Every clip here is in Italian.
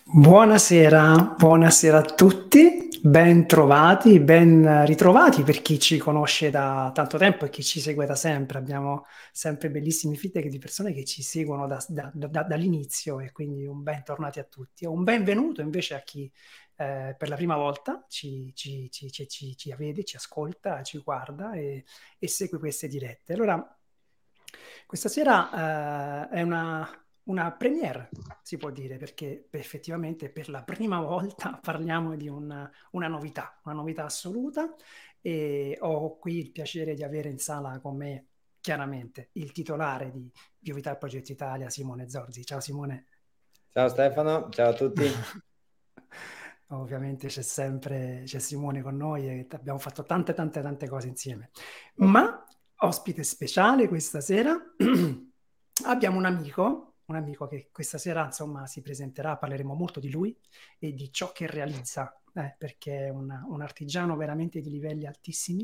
Buonasera a tutti, ben trovati, ben ritrovati per chi ci conosce da tanto tempo e chi ci segue da sempre. Abbiamo sempre bellissimi feedback di persone che ci seguono dall'inizio e quindi un bentornati a tutti. E un benvenuto invece a chi per la prima volta ci vede, ci ascolta, ci guarda e segue queste dirette. Allora, questa sera è una premiere, si può dire, perché effettivamente per la prima volta parliamo di una novità assoluta e ho qui il piacere di avere in sala con me chiaramente il titolare di Biovital Progetto Italia, Simone Zorzi. Ciao Simone. Ciao Stefano, ciao a tutti. Ovviamente c'è Simone con noi e abbiamo fatto tante cose insieme. Ma ospite speciale questa sera abbiamo un amico che questa sera insomma si presenterà, parleremo molto di lui e di ciò che realizza, perché è un artigiano veramente di livelli altissimi,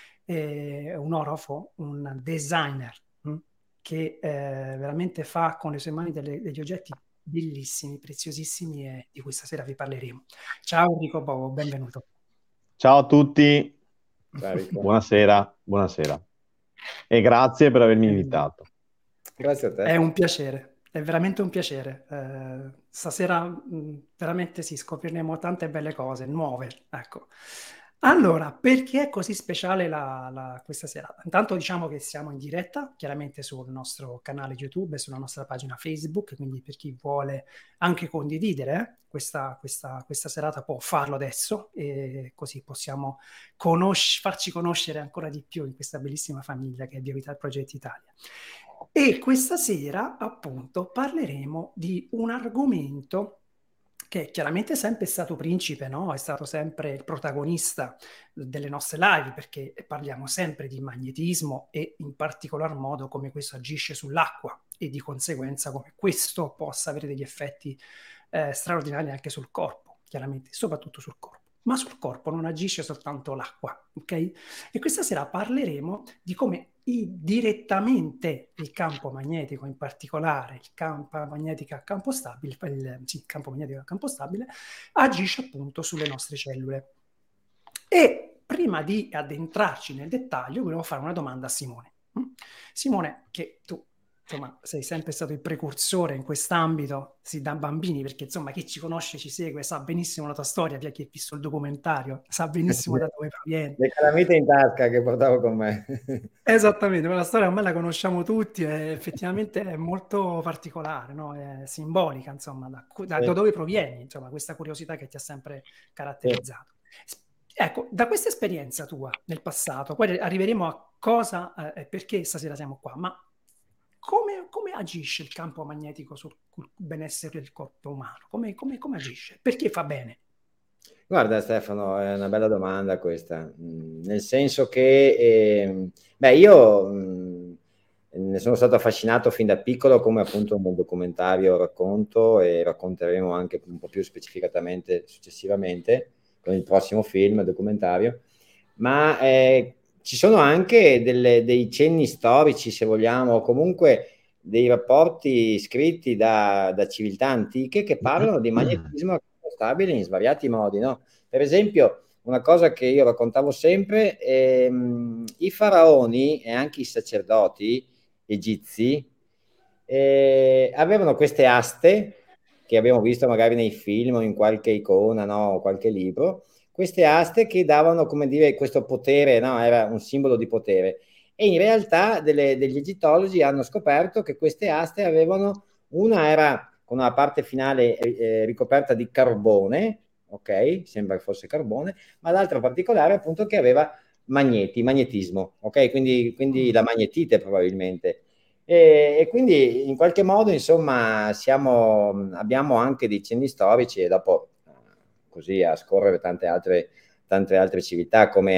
un orafo, un designer che veramente fa con le sue mani degli oggetti bellissimi, preziosissimi e di cui stasera vi parleremo. Ciao Enrico Bovo, benvenuto. Ciao a tutti, Ciao Rico. buonasera e grazie per avermi Eh, invitato. Grazie a È te. un piacere, è veramente un piacere. Stasera veramente sì, scopriremo tante belle cose, nuove, ecco. Allora, perché è così speciale questa sera? Intanto diciamo che siamo in diretta, chiaramente sul nostro canale YouTube e sulla nostra pagina Facebook, quindi per chi vuole anche condividere questa serata può farlo adesso e così possiamo farci conoscere ancora di più in questa bellissima famiglia che è Biovital Progetti Italia. E questa sera, appunto, parleremo di un argomento che è chiaramente sempre stato principe, no? È stato sempre il protagonista delle nostre live, perché parliamo sempre di magnetismo e in particolar modo come questo agisce sull'acqua e di conseguenza come questo possa avere degli effetti straordinari anche sul corpo, chiaramente, soprattutto sul corpo. Ma sul corpo non agisce soltanto l'acqua, ok? E questa sera parleremo di come direttamente il campo magnetico, in particolare il campo magnetico a campo stabile, il campo magnetico a campo stabile, agisce appunto sulle nostre cellule. E prima di addentrarci nel dettaglio, volevo fare una domanda a Simone. Simone, che tu insomma, sei sempre stato il precursore in quest'ambito, sì, da bambini, perché insomma chi ci conosce, ci segue, sa benissimo la tua storia, chi ha visto il documentario, sa benissimo da dove provieni. Le calamite in tasca che portavo con me. Esattamente, quella storia ormai la conosciamo tutti e effettivamente è molto particolare, no? È simbolica, insomma, da Sì, dove provieni, insomma, questa curiosità che ti ha sempre sì. caratterizzato. Ecco, da questa esperienza tua nel passato, poi arriveremo a cosa e perché stasera siamo qua, ma come agisce il campo magnetico sul benessere del corpo umano? Come agisce? Perché fa bene? Guarda Stefano, è una bella domanda questa. Nel senso che beh, io ne sono stato affascinato fin da piccolo, come appunto nel documentario racconto, e racconteremo anche un po' più specificatamente successivamente con il prossimo film documentario, ma ci sono anche dei cenni storici, se vogliamo, o comunque dei rapporti scritti da civiltà antiche che parlano di magnetismo stabile in svariati modi, no? Per esempio, una cosa che io raccontavo sempre, i faraoni e anche i sacerdoti egizi avevano queste aste che abbiamo visto magari nei film o in qualche icona, no? O qualche libro, queste aste che davano, come dire, questo potere, no? Era un simbolo di potere. E in realtà degli egittologi hanno scoperto che queste aste avevano, una era con una parte finale ricoperta di carbone, ok? Sembra che fosse carbone, ma l'altra particolare appunto che aveva magnetismo, ok? Quindi la magnetite probabilmente. E quindi in qualche modo, insomma, abbiamo anche dei cenni storici e dopo così a scorrere tante altre civiltà, come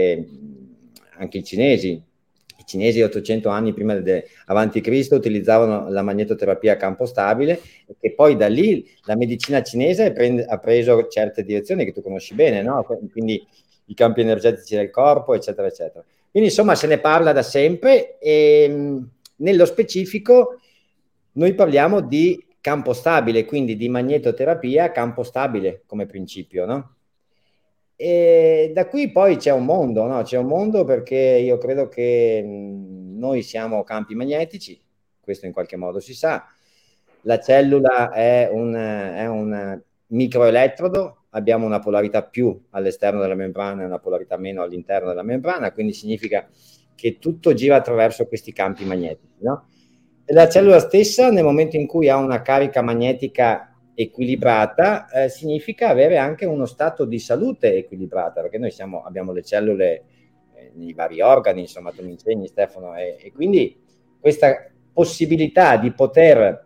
anche i cinesi. I cinesi 800 anni prima avanti Cristo utilizzavano la magnetoterapia a campo stabile e che poi da lì la medicina cinese ha preso certe direzioni che tu conosci bene, no? Quindi i campi energetici del corpo, eccetera, eccetera. Quindi insomma se ne parla da sempre e nello specifico noi parliamo di campo stabile, quindi di magnetoterapia, campo stabile come principio, no? E da qui poi c'è un mondo, no? C'è un mondo perché io credo che noi siamo campi magnetici, questo in qualche modo si sa. La cellula è un microelettrodo, abbiamo una polarità più all'esterno della membrana e una polarità meno all'interno della membrana, quindi significa che tutto gira attraverso questi campi magnetici, no? E la cellula stessa, nel momento in cui ha una carica magnetica equilibrata, significa avere anche uno stato di salute equilibrata, perché noi abbiamo le cellule nei vari organi, insomma, tu mi insegni, Stefano, e quindi questa possibilità di poter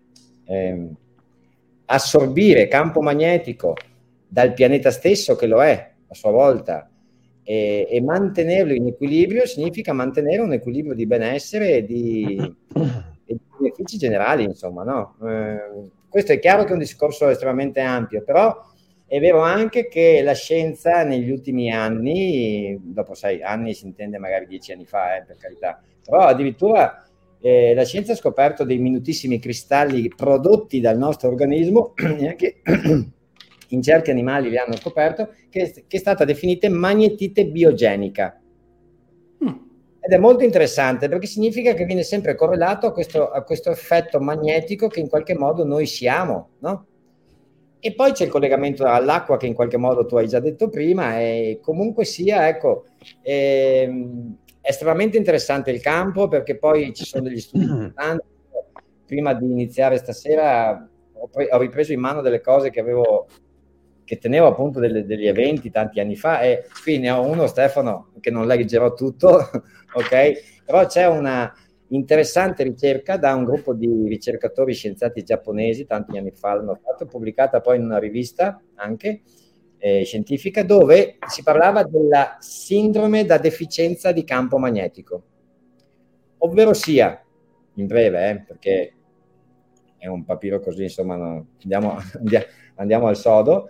assorbire campo magnetico dal pianeta stesso, che lo è a sua volta, e mantenerlo in equilibrio significa mantenere un equilibrio di benessere e di benefici generali, insomma, no? Questo è chiaro che è un discorso estremamente ampio, però è vero anche che la scienza negli ultimi anni, dopo 6 anni si intende magari 10 anni fa, per carità, però addirittura la scienza ha scoperto dei minutissimi cristalli prodotti dal nostro organismo, anche in certi animali li hanno scoperto, che è stata definita magnetite biogenica. Ed è molto interessante perché significa che viene sempre correlato a questo effetto magnetico che in qualche modo noi siamo, no? E poi c'è il collegamento all'acqua che in qualche modo tu hai già detto prima, e comunque sia, ecco, è estremamente interessante il campo, perché poi ci sono degli studi importanti. Prima di iniziare stasera ho ripreso in mano delle cose che tenevo appunto degli eventi tanti anni fa, e qui ne ho uno, Stefano, che non leggerò tutto, ok? Però c'è una interessante ricerca da un gruppo di ricercatori scienziati giapponesi, tanti anni fa l'hanno fatto, pubblicata poi in una rivista anche scientifica, dove si parlava della sindrome da deficienza di campo magnetico, ovvero sia, in breve, perché è un papiro così, insomma, no, andiamo al sodo.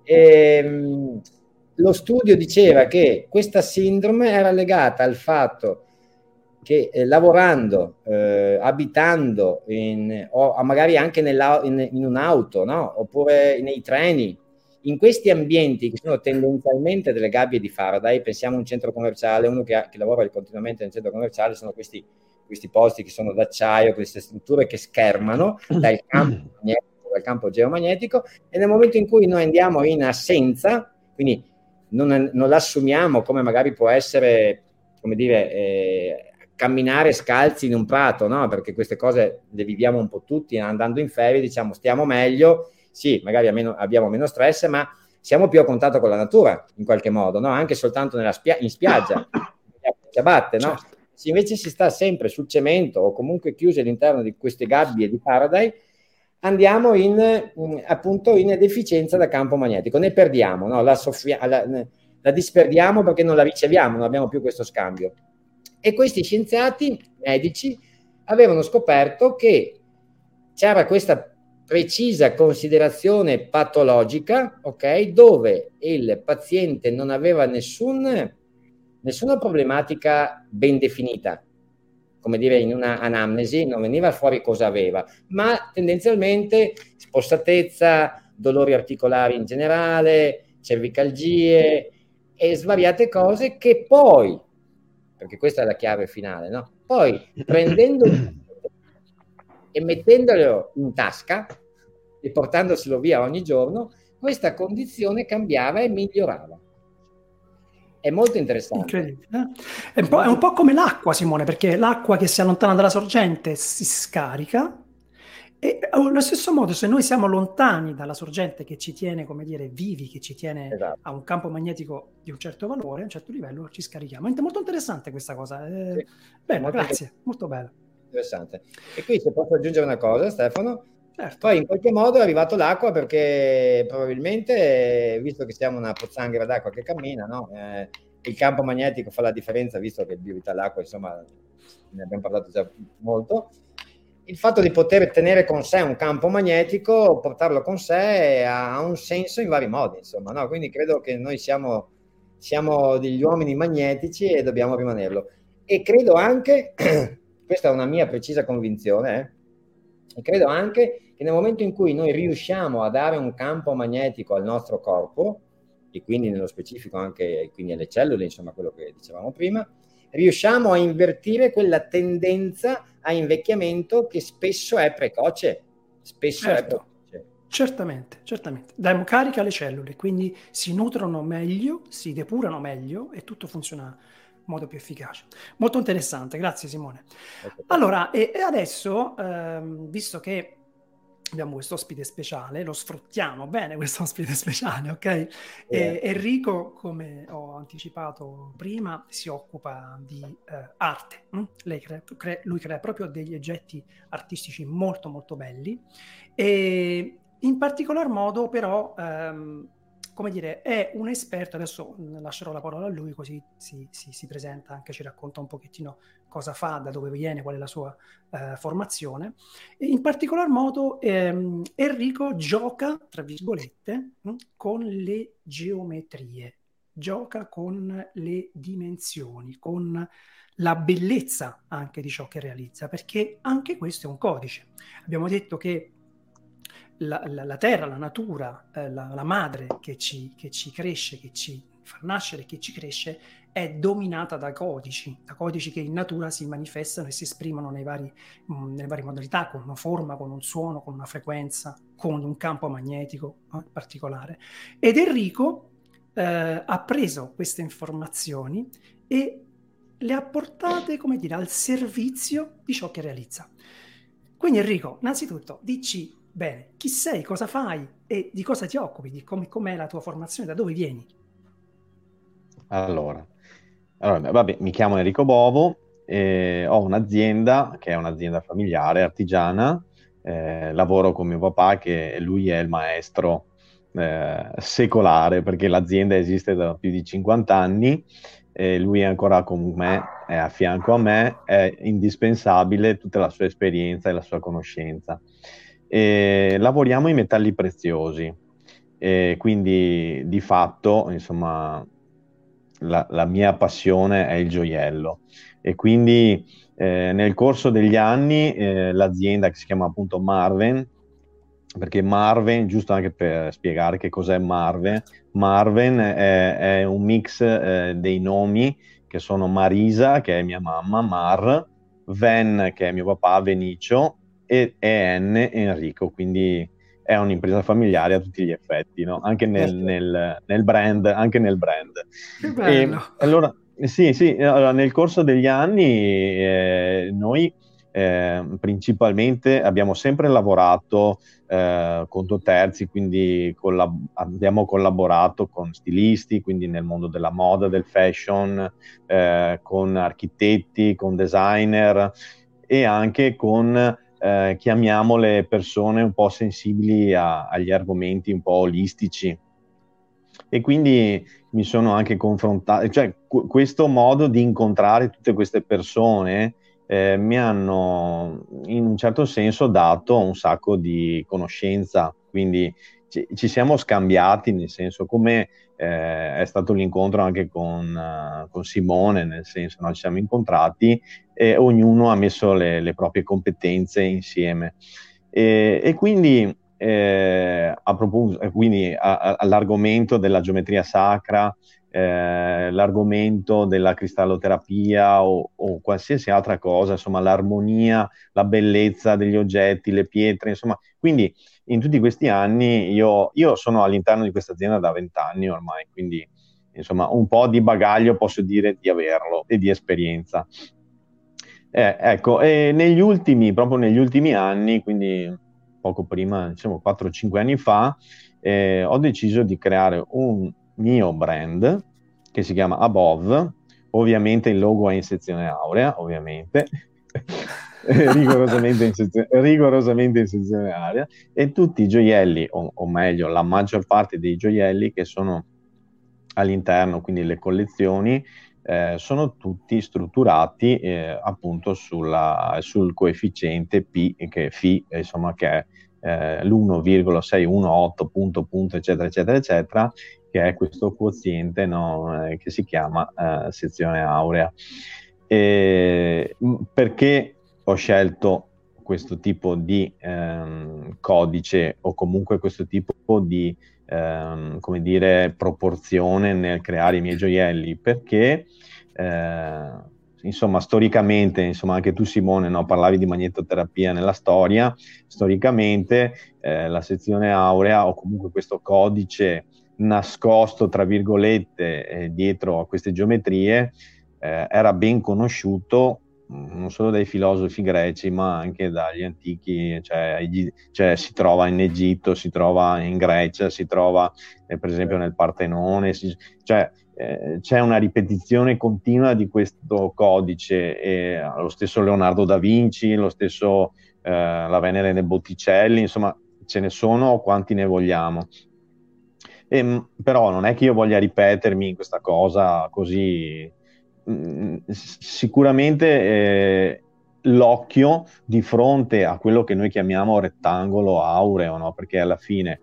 Lo studio diceva che questa sindrome era legata al fatto che lavorando, abitando o magari anche in un'auto, no? Oppure nei treni, in questi ambienti che sono tendenzialmente delle gabbie di Faraday, pensiamo a un centro commerciale, uno che lavora continuamente nel centro commerciale, sono questi posti che sono d'acciaio, queste strutture che schermano dal campo geomagnetico, e nel momento in cui noi andiamo in assenza, quindi non l'assumiamo come magari può essere, come dire, camminare scalzi in un prato, no? Perché queste cose le viviamo un po' tutti, andando in ferie diciamo stiamo meglio, sì, magari abbiamo meno stress, ma siamo più a contatto con la natura in qualche modo, no? Anche soltanto in spiaggia, ciabatte, no? Certo. Se invece si sta sempre sul cemento o comunque chiusi all'interno di queste gabbie di Faraday, andiamo appunto in deficienza da campo magnetico, ne perdiamo, no? La disperdiamo perché non la riceviamo, non abbiamo più questo scambio. E questi scienziati medici avevano scoperto che c'era questa precisa considerazione patologica, ok, dove il paziente non aveva nessuna problematica ben definita, come dire, in una anamnesi non veniva fuori cosa aveva, ma tendenzialmente spossatezza, dolori articolari in generale, cervicalgie e svariate cose che poi, perché questa è la chiave finale, no? Poi prendendo e mettendolo in tasca e portandoselo via ogni giorno, questa condizione cambiava e migliorava. È molto interessante. Incredibile. È un po' come l'acqua, Simone, perché l'acqua che si allontana dalla sorgente si scarica, e allo stesso modo, se noi siamo lontani dalla sorgente che ci tiene, come dire, vivi, che ci tiene Esatto. a un campo magnetico di un certo valore, a un certo livello, ci scarichiamo. È molto interessante questa cosa. Sì, Bella, grazie, molto bella. Interessante. E qui se posso aggiungere una cosa, Stefano, Certo. poi in qualche modo è arrivato l'acqua, perché probabilmente, visto che siamo una pozzanghera d'acqua che cammina, no? Il campo magnetico fa la differenza, visto che bibita l'acqua, insomma, ne abbiamo parlato già molto. Il fatto di poter tenere con sé un campo magnetico, portarlo con sé, ha un senso in vari modi, insomma, no? Quindi credo che noi siamo degli uomini magnetici e dobbiamo rimanerlo. E credo anche, questa è una mia precisa convinzione, e credo anche che che nel momento in cui noi riusciamo a dare un campo magnetico al nostro corpo, e quindi nello specifico anche quindi alle cellule, insomma quello che dicevamo prima, riusciamo a invertire quella tendenza a invecchiamento che spesso è precoce. Certo. Certamente. Diamo carica alle cellule, quindi si nutrono meglio, si depurano meglio e tutto funziona in modo più efficace. Molto interessante, grazie Simone. Allora, e adesso, visto che abbiamo questo ospite speciale, lo sfruttiamo bene questo ospite speciale, ok? Enrico, come ho anticipato prima, si occupa di arte. Lui crea proprio degli oggetti artistici molto molto belli e in particolar modo però come dire, è un esperto. Adesso lascerò la parola a lui, così si presenta anche, ci racconta un pochettino cosa fa, da dove viene, qual è la sua formazione. E in particolar modo Enrico gioca, tra virgolette, con le geometrie, gioca con le dimensioni, con la bellezza anche di ciò che realizza, perché anche questo è un codice. Abbiamo detto che la terra, la natura, la madre che ci cresce, che ci fa nascere, che ci cresce, è dominata da codici che in natura si manifestano e si esprimono nelle varie modalità, con una forma, con un suono, con una frequenza, con un campo magnetico particolare. Ed Enrico ha preso queste informazioni e le ha portate, come dire, al servizio di ciò che realizza. Quindi Enrico, innanzitutto, dici bene, chi sei, cosa fai e di cosa ti occupi, di com'è la tua formazione, da dove vieni? Allora, vabbè, mi chiamo Enrico Bovo, ho un'azienda che è un'azienda familiare, artigiana, lavoro con mio papà, che lui è il maestro secolare, perché l'azienda esiste da più di 50 anni, lui è ancora con me, è a fianco a me, è indispensabile tutta la sua esperienza e la sua conoscenza. Lavoriamo in metalli preziosi, quindi di fatto, insomma, la mia passione è il gioiello, e quindi nel corso degli anni l'azienda, che si chiama appunto Marven, perché Marven, giusto anche per spiegare che cos'è Marven è un mix dei nomi, che sono Marisa, che è mia mamma, Ven, che è mio papà, Venicio, e En, Enrico, quindi è un'impresa familiare a tutti gli effetti, no? Anche nel brand, anche nel brand. Che bello! E allora, sì, allora, nel corso degli anni noi principalmente abbiamo sempre lavorato conto terzi, quindi abbiamo collaborato con stilisti, quindi nel mondo della moda, del fashion, con architetti, con designer e anche con chiamiamole persone un po' sensibili agli argomenti un po' olistici. E quindi mi sono anche confrontato, cioè questo modo di incontrare tutte queste persone mi hanno in un certo senso dato un sacco di conoscenza, quindi ci siamo scambiati, nel senso, come è stato l'incontro anche con Simone, nel senso, ci siamo incontrati e ognuno ha messo le proprie competenze insieme. E quindi quindi all'argomento della geometria sacra, l'argomento della cristalloterapia o qualsiasi altra cosa, insomma, l'armonia, la bellezza degli oggetti, le pietre, insomma, quindi in tutti questi anni io sono all'interno di questa azienda da 20 anni ormai, quindi insomma un po' di bagaglio posso dire di averlo, e di esperienza. Ecco, e proprio negli ultimi anni, quindi poco prima, diciamo 4-5 anni fa, ho deciso di creare un mio brand che si chiama Above. Ovviamente il logo è in sezione aurea, ovviamente, rigorosamente in sezione aurea, e tutti i gioielli, o meglio, la maggior parte dei gioielli che sono all'interno, quindi le collezioni, sono tutti strutturati appunto sul coefficiente P, che è Φ, insomma, che è l'1,618 punto eccetera eccetera eccetera, che è questo quoziente, no, che si chiama sezione aurea. Perché ho scelto questo tipo di codice o comunque questo tipo di come dire, proporzione nel creare i miei gioielli, perché insomma storicamente, insomma anche tu Simone, no, parlavi di magnetoterapia nella storia, storicamente la sezione aurea o comunque questo codice nascosto tra virgolette dietro a queste geometrie era ben conosciuto non solo dai filosofi greci ma anche dagli antichi, cioè si trova in Egitto, si trova in Grecia, si trova per esempio nel Partenone, c'è una ripetizione continua di questo codice, e lo stesso Leonardo da Vinci, lo stesso la Venere dei Botticelli, insomma ce ne sono quanti ne vogliamo. Però non è che io voglia ripetermi in questa cosa così. Sicuramente l'occhio di fronte a quello che noi chiamiamo rettangolo aureo, no? Perché alla fine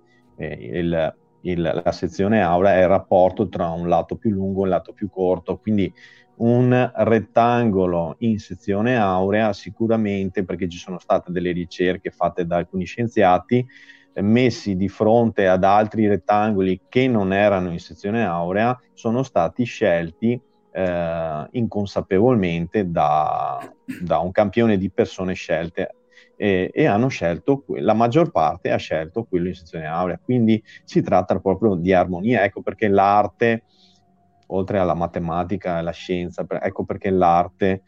la sezione aurea è il rapporto tra un lato più lungo e un lato più corto, quindi un rettangolo in sezione aurea sicuramente, perché ci sono state delle ricerche fatte da alcuni scienziati, messi di fronte ad altri rettangoli che non erano in sezione aurea, sono stati scelti inconsapevolmente da un campione di persone scelte e hanno scelto, la maggior parte ha scelto quello in sezione aurea, quindi si tratta proprio di armonia. Ecco perché l'arte, oltre alla matematica e alla scienza, ecco perché l'arte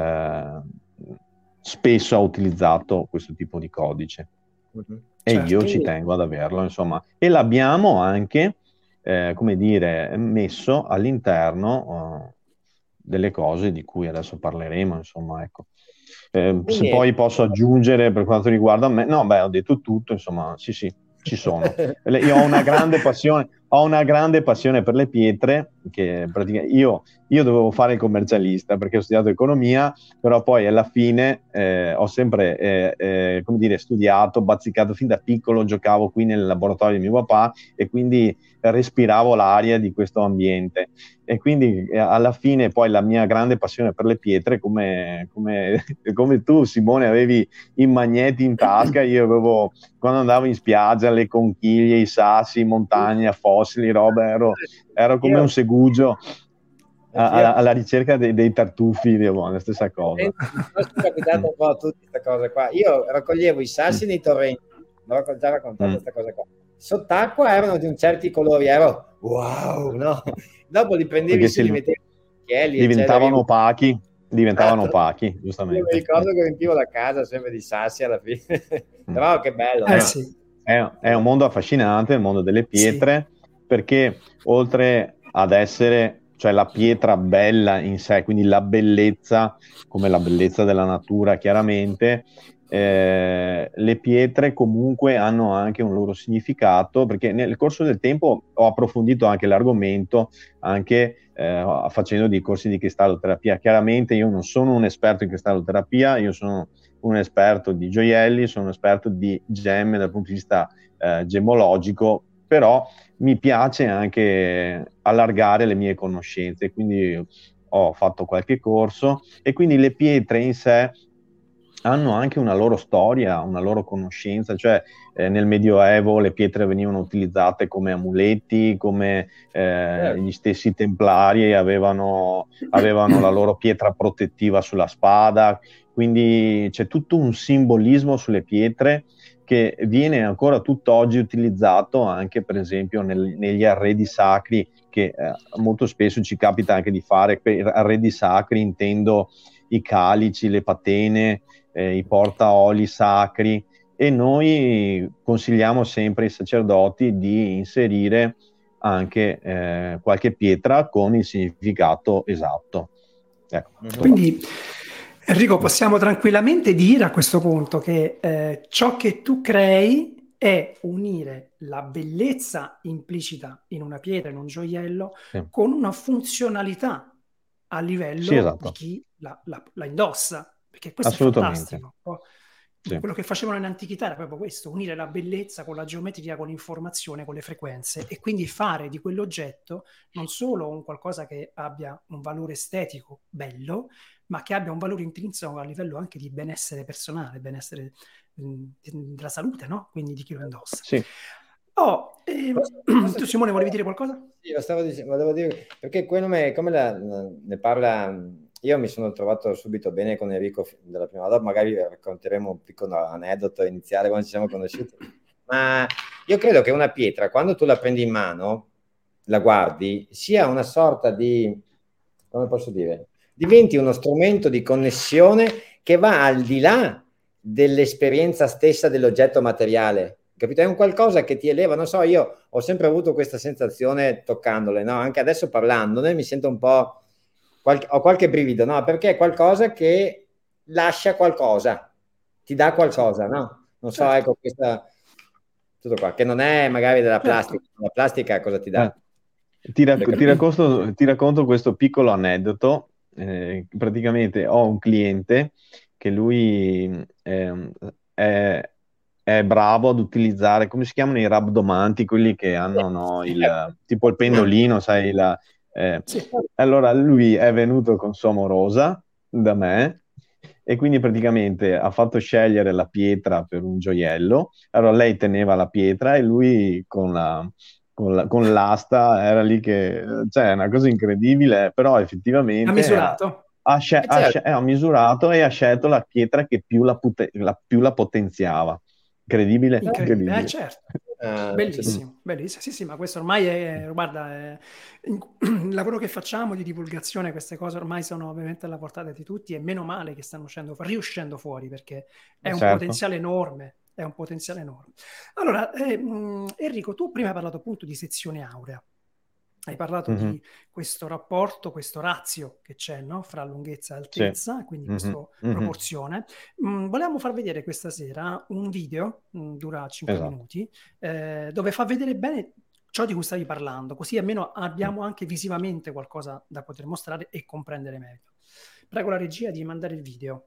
spesso ha utilizzato questo tipo di codice. E Certo. io ci tengo ad averlo, insomma, e l'abbiamo anche come dire, messo all'interno delle cose di cui adesso parleremo, insomma, ecco. Se poi posso aggiungere per quanto riguarda me, no, beh, ho detto tutto, insomma, sì, ci sono. Io ho una grande passione per le pietre, che praticamente io dovevo fare il commercialista perché ho studiato economia, però poi alla fine ho sempre come dire, studiato, bazzicato fin da piccolo, giocavo qui nel laboratorio di mio papà e quindi respiravo l'aria di questo ambiente, e quindi alla fine poi la mia grande passione per le pietre, come tu Simone avevi i magneti in tasca, io avevo, quando andavo in spiaggia, le conchiglie, i sassi, montagna, fossili, roba, ero come un segugio alla ricerca dei tartufi, la stessa cosa. Mi è capitato un po' a tutti questa cosa qua. Io raccoglievo i sassi nei torrenti, l'ho già raccontato questa cosa qua. Sott'acqua erano di un certi colori, ero wow, no? Dopo li prendevi su, li mettevi diventavano opachi, giustamente. Io mi ricordo che riempivo la casa sempre di sassi alla fine. Però che bello. Sì. È un mondo affascinante, il mondo delle pietre, perché oltre ad essere, cioè la pietra bella in sé, quindi la bellezza, come la bellezza della natura chiaramente, le pietre comunque hanno anche un loro significato, perché nel corso del tempo ho approfondito anche l'argomento, anche facendo dei corsi di cristalloterapia. Chiaramente io non sono un esperto in cristalloterapia, io sono un esperto di gioielli, sono un esperto di gemme dal punto di vista gemmologico, però mi piace anche allargare le mie conoscenze, quindi ho fatto qualche corso, e quindi le pietre in sé hanno anche una loro storia, una loro conoscenza, cioè nel Medioevo le pietre venivano utilizzate come amuletti, come gli stessi templari avevano la loro pietra protettiva sulla spada, quindi c'è tutto un simbolismo sulle pietre che viene ancora tutt'oggi utilizzato anche per esempio negli arredi sacri, che molto spesso ci capita anche di fare. Per arredi sacri intendo i calici, le patene, i portaoli sacri, e noi consigliamo sempre ai sacerdoti di inserire anche qualche pietra con il significato esatto. Ecco. Quindi Enrico, possiamo tranquillamente dire a questo punto che ciò che tu crei è unire la bellezza implicita in una pietra, in un gioiello, con una funzionalità a livello di chi la indossa, perché questo è fantastico. Sì. Quello che facevano in antichità era proprio questo, unire la bellezza con la geometria, con l'informazione, con le frequenze, e quindi fare di quell'oggetto non solo un qualcosa che abbia un valore estetico bello, ma che abbia un valore intrinseco a livello anche di benessere personale, benessere della salute, no? Quindi di chi lo indossa. Sì. Tu Simone volevi dire qualcosa? Sì, lo stavo dicendo, volevo dire, perché come ne parla, io mi sono trovato subito bene con Enrico della prima volta, magari racconteremo un piccolo aneddoto iniziale quando ci siamo conosciuti, ma io credo che una pietra, quando tu la prendi in mano, la guardi, sia una sorta di, come posso dire, diventi uno strumento di connessione che va al di là dell'esperienza stessa dell'oggetto materiale. Capito? È un qualcosa che ti eleva, non so, io ho sempre avuto questa sensazione toccandole, no? Anche adesso parlandone mi sento un po', ho qualche brivido, no? Perché è qualcosa che lascia qualcosa, ti dà qualcosa, no? Non so, Certo. ecco, questa, tutto qua, che non è magari della Certo. plastica, la plastica cosa ti dà? Ti racconto questo piccolo aneddoto. Praticamente ho un cliente che lui è bravo ad utilizzare, come si chiamano i rabdomanti, quelli che hanno no, tipo il pendolino, sai, Sì. allora lui è venuto con sua morosa da me e quindi praticamente ha fatto scegliere la pietra per un gioiello. Allora lei teneva la pietra e lui con l'asta era lì che, cioè, è una cosa incredibile, però Ha effettivamente misurato. Certo. ha misurato e ha scelto la pietra che più la potenziava. Incredibile, Incredibile, incredibile. certo. Mm. Bellissimo, bellissimo. Sì, sì, ma questo ormai guarda, il lavoro che facciamo di divulgazione, queste cose ormai sono ovviamente alla portata di tutti e meno male che stanno riuscendo fuori perché è un Certo. potenziale enorme, è un potenziale enorme. Allora, Enrico, tu prima hai parlato appunto di sezione aurea. Hai parlato Mhm. di questo rapporto, questo razio che c'è, no? Fra lunghezza e Sì. altezza, quindi Mhm. questa Mhm. proporzione. Volevamo far vedere questa sera un video, dura 5 Esatto. minuti, dove fa vedere bene ciò di cui stavi parlando, così almeno abbiamo anche visivamente qualcosa da poter mostrare e comprendere meglio. Prego la regia di mandare il video.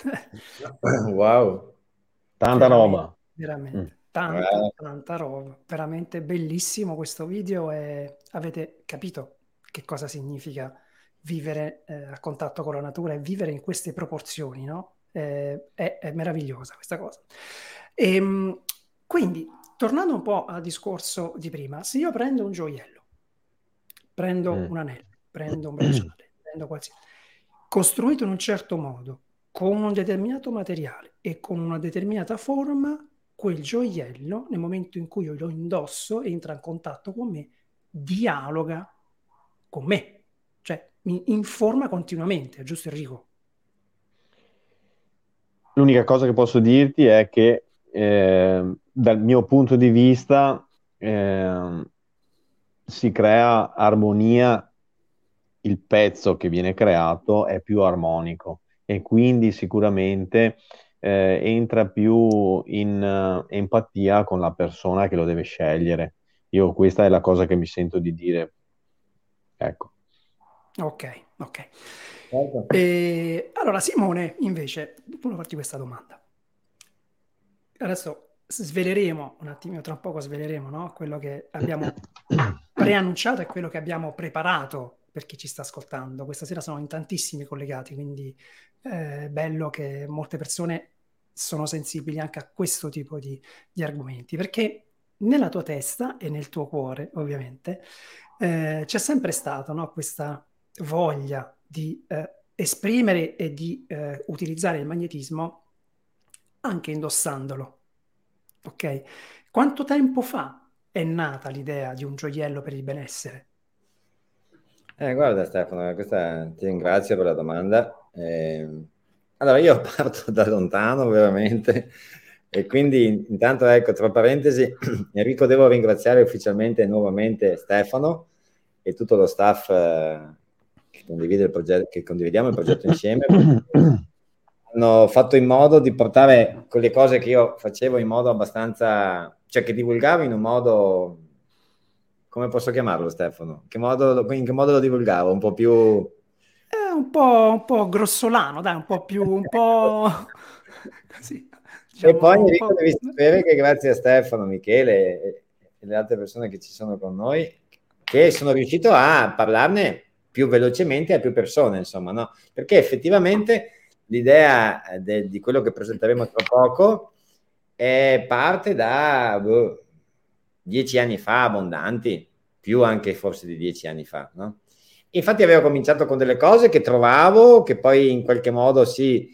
Wow. Tanta roba. Veramente, Eh, tanta roba, veramente bellissimo questo video e avete capito che cosa significa vivere a contatto con la natura e vivere in queste proporzioni, no? È meravigliosa questa cosa. Quindi, tornando un po' al discorso di prima, se io prendo un gioiello, prendo un anello, prendo un bracciale, prendo qualsiasi, costruito in un certo modo, con un determinato materiale e con una determinata forma, quel gioiello, nel momento in cui io lo indosso, entra in contatto con me, dialoga con me, cioè mi informa continuamente, giusto Enrico? L'unica cosa che posso dirti è che dal mio punto di vista si crea armonia, il pezzo che viene creato è più armonico e quindi sicuramente entra più in empatia con la persona che lo deve scegliere. Io questa è la cosa che mi sento di dire. Ecco. Ok, ok. certo. Allora, Simone, invece, volevo farti questa domanda. Adesso sveleremo un attimino, tra poco sveleremo, no? Quello che abbiamo preannunciato e quello che abbiamo preparato per chi ci sta ascoltando. Questa sera sono in tantissimi collegati, quindi è bello che molte persone sono sensibili anche a questo tipo di argomenti, perché nella tua testa e nel tuo cuore, ovviamente, c'è sempre stato, no, questa voglia di esprimere e di utilizzare il magnetismo anche indossandolo. Ok? Quanto tempo fa è nata l'idea di un gioiello per il benessere? Guarda Stefano, ti ringrazio per la domanda. Allora, io parto da lontano veramente e quindi intanto ecco, tra parentesi, Enrico, devo ringraziare ufficialmente e nuovamente Stefano e tutto lo staff che condivide il progetto, che condividiamo il progetto insieme, perché hanno fatto in modo di portare quelle cose che io facevo in modo abbastanza, cioè che divulgavo in un modo, come posso chiamarlo Stefano? In che modo lo divulgavo? Un po' più... È un po' grossolano, dai, un po' più, un po' così, E poi diciamo un Enrico po'... devi sapere che grazie a Stefano, Michele e le altre persone che ci sono con noi, che sono riuscito a parlarne più velocemente a più persone, insomma, no? Perché effettivamente l'idea di quello che presenteremo tra poco parte da 10 anni fa, abbondanti, più anche forse di 10 anni fa, no? Infatti avevo cominciato con delle cose che trovavo, che poi in qualche modo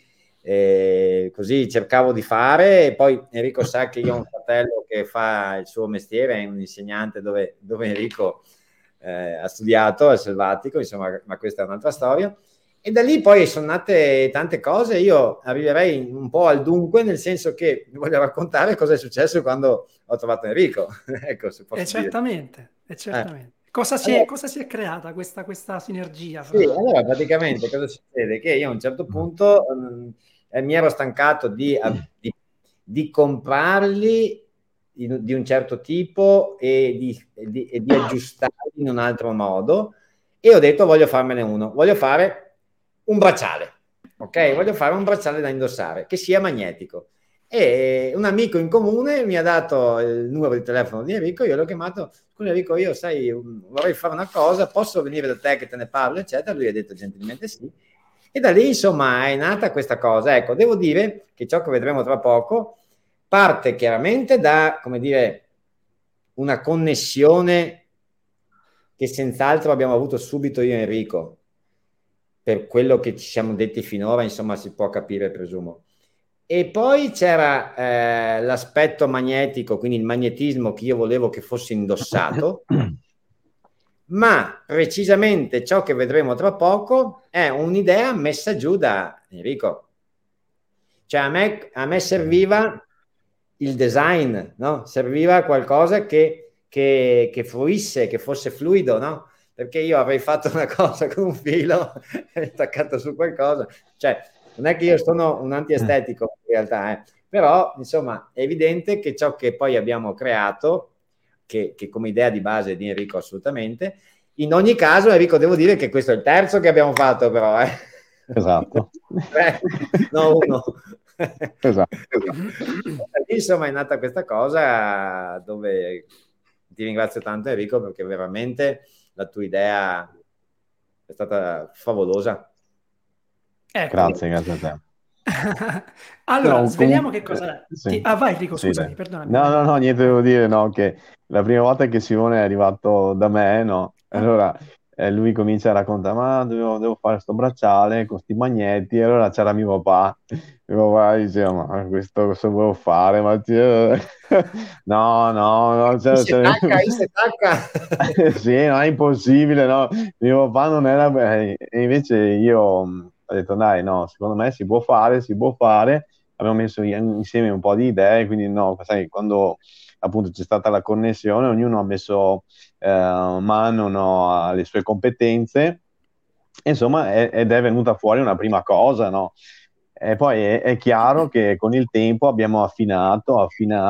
così cercavo di fare, e poi Enrico sa che io ho un fratello che fa il suo mestiere, è un insegnante dove Enrico ha studiato al Selvatico, insomma, ma questa è un'altra storia. E da lì poi sono nate tante cose. Io arriverei un po' al dunque, nel senso che vi voglio raccontare cosa è successo quando ho trovato Enrico. Ecco, se E posso dire. certamente, e Eh. certamente. Allora, Cosa si è creata questa sinergia sì, fra... allora praticamente cosa succede? Che io a un certo punto mi ero stancato di comprarli di un certo tipo e di aggiustarli in un altro modo, e ho detto voglio farmene uno, voglio fare un bracciale, ok? Voglio fare un bracciale da indossare che sia magnetico. E un amico in comune mi ha dato il numero di telefono di Enrico, io l'ho chiamato: scusa Enrico, io sai, vorrei fare una cosa, posso venire da te che te ne parlo, eccetera. Lui ha detto gentilmente sì. E da lì, insomma, è nata questa cosa. Ecco, devo dire che ciò che vedremo tra poco parte chiaramente da, come dire, una connessione che senz'altro abbiamo avuto subito io e Enrico. Per quello che ci siamo detti finora, insomma, si può capire, presumo. E poi c'era l'aspetto magnetico, quindi il magnetismo che io volevo che fosse indossato, ma precisamente ciò che vedremo tra poco è un'idea messa giù da Enrico. Cioè a me serviva il design, no? Serviva qualcosa che fluisse, che fosse fluido, no? Perché io avrei fatto una cosa con un filo e attaccato su qualcosa. Cioè, non è che io sono un antiestetico in realtà, però insomma è evidente che ciò che poi abbiamo creato, che come idea di base di Enrico assolutamente, in ogni caso Enrico devo dire che questo è il terzo che abbiamo fatto però, Esatto. No, uno. Esatto. Insomma, è nata questa cosa dove ti ringrazio tanto, Enrico, perché veramente la tua idea è stata favolosa. Ecco. Grazie a te. Allora, No, sveliamo che cosa è. sì. Vai Enrico, Sì, scusami, dai. perdonami. No, niente devo dire, no, che la prima volta che Simone è arrivato da me, no, allora lui comincia a raccontare, ma devo fare questo bracciale con questi magneti, e allora c'era mio papà diceva, ma questo cosa volevo fare? No, Se tacca. sì, no, è impossibile, no, mio papà non era, e invece io ho detto, dai, no, secondo me si può fare, abbiamo messo insieme un po' di idee, quindi no, sai, quando appunto c'è stata la connessione, ognuno ha messo mano, no, alle sue competenze, insomma, ed è venuta fuori una prima cosa, no? E poi è chiaro che con il tempo abbiamo affinato,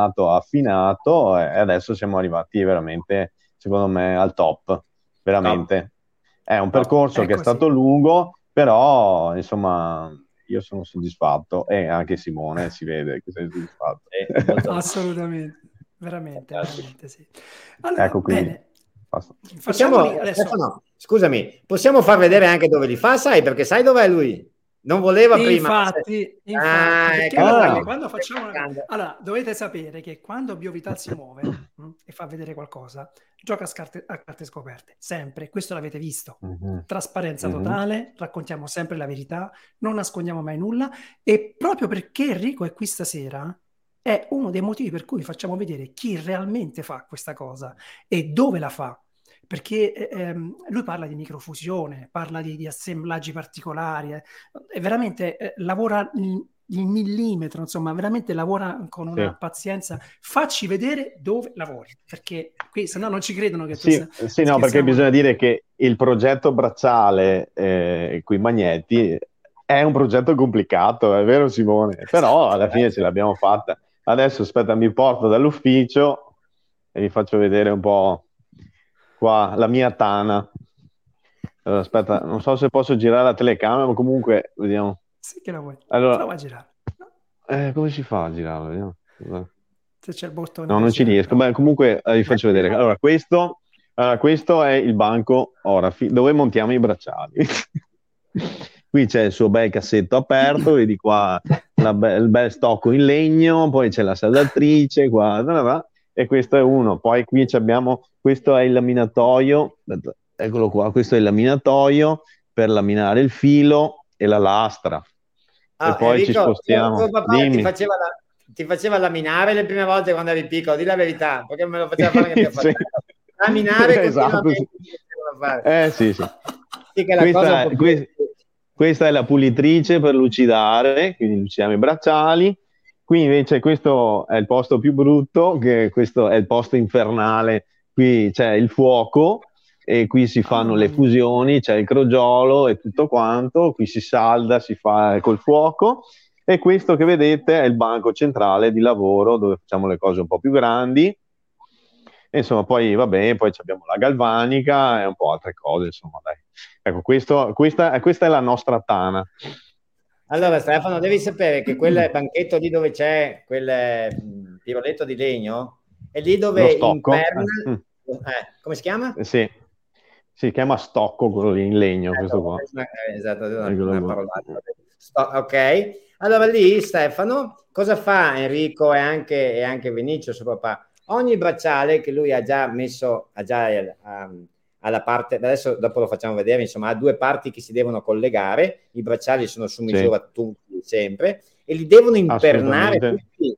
e adesso siamo arrivati veramente, secondo me, al top, veramente. È un percorso che è stato lungo, però, insomma, io sono soddisfatto, e anche Simone si vede che sei soddisfatto. Assolutamente, veramente sì. Allora, ecco, quindi, bene, facciamoli adesso. Stefano, scusami, possiamo far vedere anche dove li fa, sai? Perché sai dov'è lui? Non voleva prima. Infatti, perché quando facciamo allora, dovete sapere che quando BioVital si muove e fa vedere qualcosa, gioca a carte scoperte, sempre, questo l'avete visto. Trasparenza totale, raccontiamo sempre la verità, non nascondiamo mai nulla, e proprio perché Enrico è qui stasera è uno dei motivi per cui facciamo vedere chi realmente fa questa cosa e dove la fa. Perché lui parla di microfusione, parla di assemblaggi particolari, e veramente lavora il millimetro, insomma, veramente lavora con una pazienza. Facci vedere dove lavori, perché qui se no non ci credono che tu sì, no, perché bisogna dire che il progetto bracciale con i magneti è un progetto complicato, è vero Simone? Però alla fine ce l'abbiamo fatta. Adesso aspetta, mi porto dall'ufficio e vi faccio vedere un po' qua la mia tana. Allora, aspetta, non so se posso girare la telecamera, ma comunque vediamo. Sì che la vuoi. Allora, prova a girare. Come si fa a girarla? Vediamo. Se c'è il bottone. No, non ci riesco. Beh, comunque vi faccio vedere. Allora, questo è il banco Orafi, dove montiamo i bracciali. Qui c'è il suo bel cassetto aperto, vedi qua il bel stocco in legno, poi c'è la saldatrice qua, e questo è uno. Poi qui abbiamo, questo è il laminatoio, eccolo qua, questo è il laminatoio per laminare il filo e la lastra. E poi Enrico, ci spostiamo. tuo papà ti faceva laminare le prime volte quando eri piccolo, di la verità, perché me lo faceva fare che sì. Laminare esatto, sì. Questa è la pulitrice per lucidare, quindi lucidiamo i bracciali. Qui invece questo è il posto più brutto, che questo è il posto infernale. Qui c'è il fuoco e qui si fanno le fusioni, c'è il crogiolo e tutto quanto, qui si salda, si fa col fuoco, e questo che vedete è il banco centrale di lavoro dove facciamo le cose un po' più grandi. E insomma, poi vabbè, poi abbiamo la galvanica e un po' altre cose, insomma, dai. Ecco, questa è la nostra tana. Allora, Stefano, devi sapere che quel banchetto lì dove c'è quel piroletto di legno è lì dove imperna. Come si chiama? Sì, si chiama stocco quello lì in legno, questo qua. Esatto, una parolata. Ok, allora lì Stefano, cosa fa Enrico e anche Vinicio, suo papà? Ogni bracciale che lui ha già messo, alla parte, adesso dopo lo facciamo vedere, insomma, ha due parti che si devono collegare, i bracciali sono su misura tutti sempre, e li devono impernare tutti,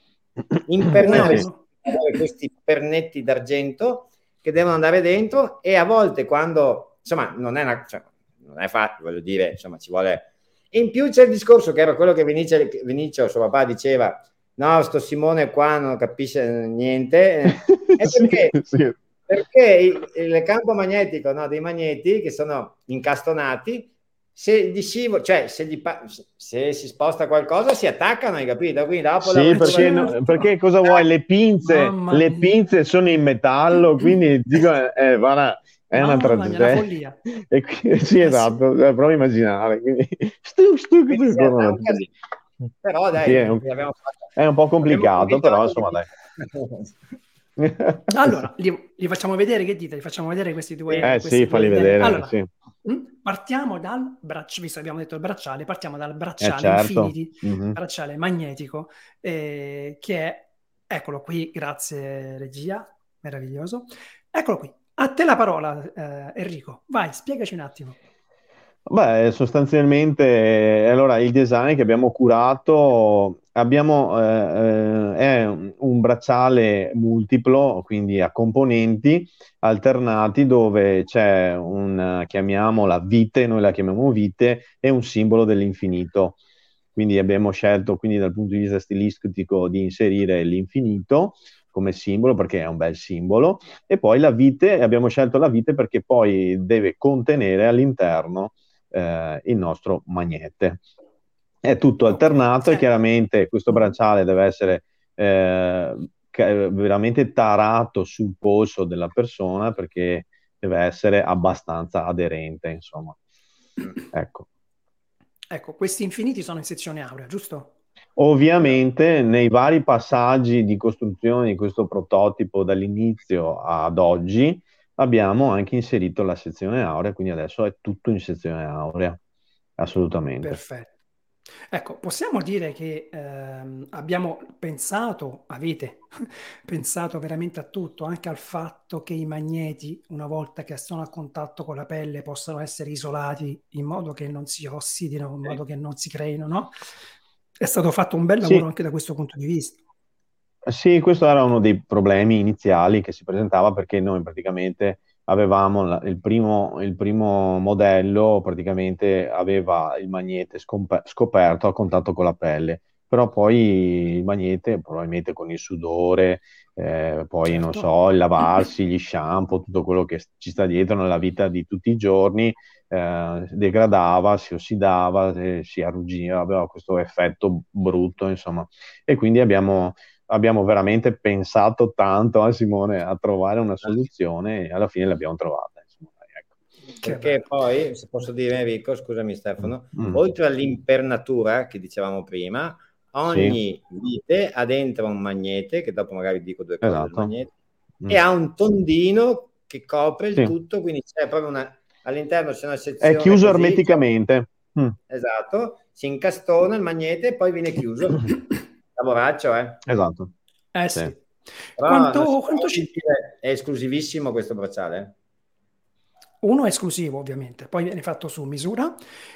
questi pernetti d'argento che devono andare dentro, e a volte quando, insomma, non è facile, voglio dire, insomma, ci vuole. E in più c'è il discorso che era quello che Vinicio, suo papà, diceva: no, sto Simone qua non capisce niente, è perché il campo magnetico, no, dei magneti che sono incastonati, se si sposta qualcosa si attaccano, hai capito? Quindi dopo perché cosa vuoi? Le pinze sono in metallo, quindi dico, guarda, è una Mamma mia, una tragedia. follia. Sì, Sì. esatto, prova a immaginare. Quindi, Quindi sì, è un tutti. casino. Però Sì, dai, abbiamo è un po' abbiamo complicato, convinto però anche insomma dai. Allora, li facciamo vedere, che dite? Li facciamo vedere Sì, queste due falli idee. vedere, Allora, sì. partiamo dal braccio, visto che abbiamo detto il bracciale, partiamo dal bracciale Certo. Infinity, Mhm. bracciale magnetico, che è, eccolo qui, grazie regia, meraviglioso. Eccolo qui. A te la parola, Enrico. Vai, spiegaci un attimo. Beh, sostanzialmente, allora il design che abbiamo curato è un bracciale multiplo, quindi a componenti alternati dove c'è chiamiamola vite, noi la chiamiamo vite, e un simbolo dell'infinito. Quindi abbiamo scelto, quindi, dal punto di vista stilistico, di inserire l'infinito come simbolo perché è un bel simbolo, e poi la vite, abbiamo scelto la vite perché poi deve contenere all'interno il nostro magnete. È tutto Ok. alternato e chiaramente questo Mhm. bracciale deve essere veramente tarato sul polso della persona perché deve essere abbastanza aderente, insomma. Ecco. Ecco, questi infiniti sono in sezione aurea, giusto? Esatto. Ovviamente nei vari passaggi di costruzione di questo prototipo dall'inizio ad oggi abbiamo anche inserito la sezione aurea, quindi adesso è tutto in sezione aurea, assolutamente. Perfetto. Ecco, possiamo dire che abbiamo pensato, avete pensato veramente a tutto, anche al fatto che i magneti, una volta che sono a contatto con la pelle, possano essere isolati in modo che non si ossidino, in modo che non si creino, no? È stato fatto un bel Sì, lavoro anche da questo punto di vista. sì, questo era uno dei problemi iniziali che si presentava perché noi praticamente avevamo il primo modello, praticamente aveva il magnete scoperto a contatto con la pelle, però poi il magnete, probabilmente con il sudore, poi non Certo. so, il lavarsi, gli shampoo, tutto quello che ci sta dietro nella vita di tutti i giorni, degradava, si ossidava, si arruggiva, aveva questo effetto brutto, insomma. E quindi abbiamo veramente pensato tanto, Simone, a trovare una soluzione e alla fine l'abbiamo trovata. Insomma, ecco. Che Perché bello. poi, se posso dire Enrico, scusami Mm. Stefano, Mm. oltre all'impernatura che dicevamo prima, Sì, ogni vite ha dentro un magnete, che dopo magari dico due cose del esatto. magnete, e Mm. ha un tondino che copre il Sì. tutto, quindi c'è proprio all'interno c'è una È sezione chiuso così, ermeticamente. Mm. esatto, si incastona il magnete e poi viene chiuso. Lavoraccio, Esatto. Eh Sì. sì. Però non si Quanto può ci... dire, è esclusivissimo questo bracciale. Uno è esclusivo, ovviamente, poi viene fatto su misura.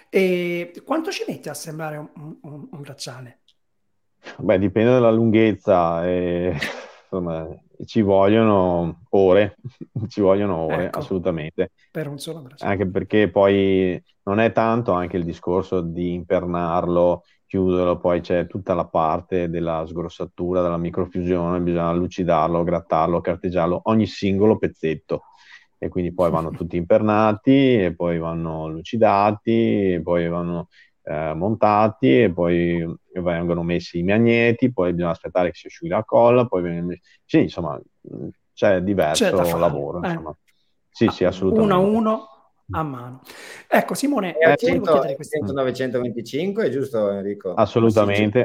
E quanto ci mette a assemblare un bracciale? Beh, dipende dalla lunghezza, e, insomma, ci vogliono ore, ci vogliono ore, Ecco, assolutamente. per un solo bracciale. Anche perché poi non è tanto anche il discorso di impernarlo, chiuderlo, poi c'è tutta la parte della sgrossatura, della microfusione, bisogna lucidarlo, grattarlo, carteggiarlo, ogni singolo pezzetto. E quindi poi vanno tutti impernati, e poi vanno lucidati, e poi vanno montati, e poi vengono messi i magneti, poi bisogna aspettare che si asciughi la colla, poi sì, insomma, c'è C'è da diverso fare. lavoro, insomma. Sì, sì, Uno a assolutamente. uno a mano. Ecco, Simone, È ti volevo argento, chiedere è questa. argento 925, giusto Enrico? Massiccio. Assolutamente,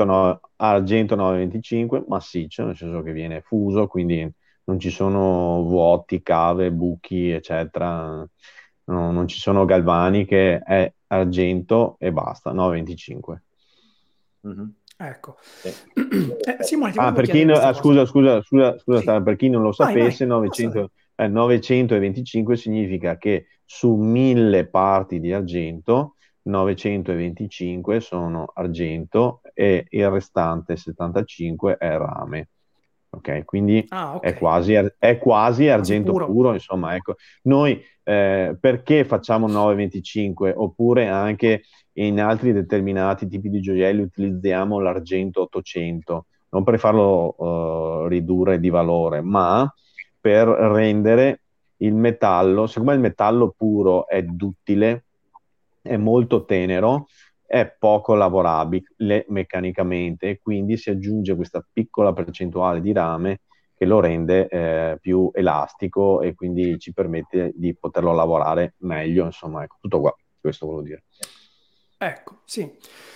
argento 925, massiccio, nel senso che viene fuso, quindi non ci sono vuoti, cave, buchi, eccetera. Non ci sono galvaniche, è argento e basta, 925. Mhm. Ecco. Sì. Simone, ti Ah, volevo chiedere questa cosa. scusa, Sì, per chi non lo vai, vai. sapesse, No, sai. 925 significa che su 1000 parti di argento, 925 sono argento e il restante 75 è rame. Ok, quindi Ah, ok. è quasi Quasi argento puro. puro, insomma, ecco. Noi perché facciamo 925 oppure anche in altri determinati tipi di gioielli utilizziamo l'argento 800, non per farlo ridurre di valore, ma per rendere il metallo, siccome il metallo puro è duttile, è molto tenero, è poco lavorabile meccanicamente e quindi si aggiunge questa piccola percentuale di rame che lo rende più elastico e quindi ci permette di poterlo lavorare meglio, insomma, ecco, tutto qua, questo volevo dire. Ecco, sì.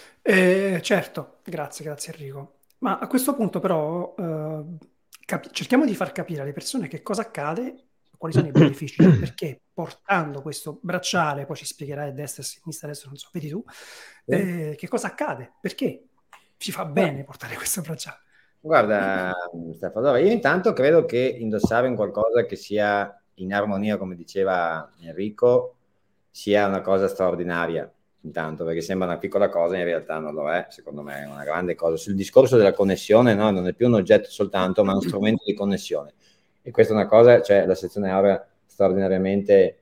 Certo, grazie Enrico. Ma a questo punto però cerchiamo di far capire alle persone che cosa accade, quali sono i benefici, cioè perché portando questo bracciale, poi ci spiegherai a destra e a sinistra, adesso non so, vedi tu, che cosa accade, perché ci fa bene portare questo bracciale. Guarda, Stefano, allora io intanto credo che indossare un qualcosa che sia in armonia, come diceva Enrico, sia una cosa straordinaria, intanto, perché sembra una piccola cosa, in realtà non lo è, secondo me è una grande cosa. Sul discorso della connessione, no, non è più un oggetto soltanto, ma uno strumento di connessione. E questa è una cosa, cioè la sezione aurea straordinariamente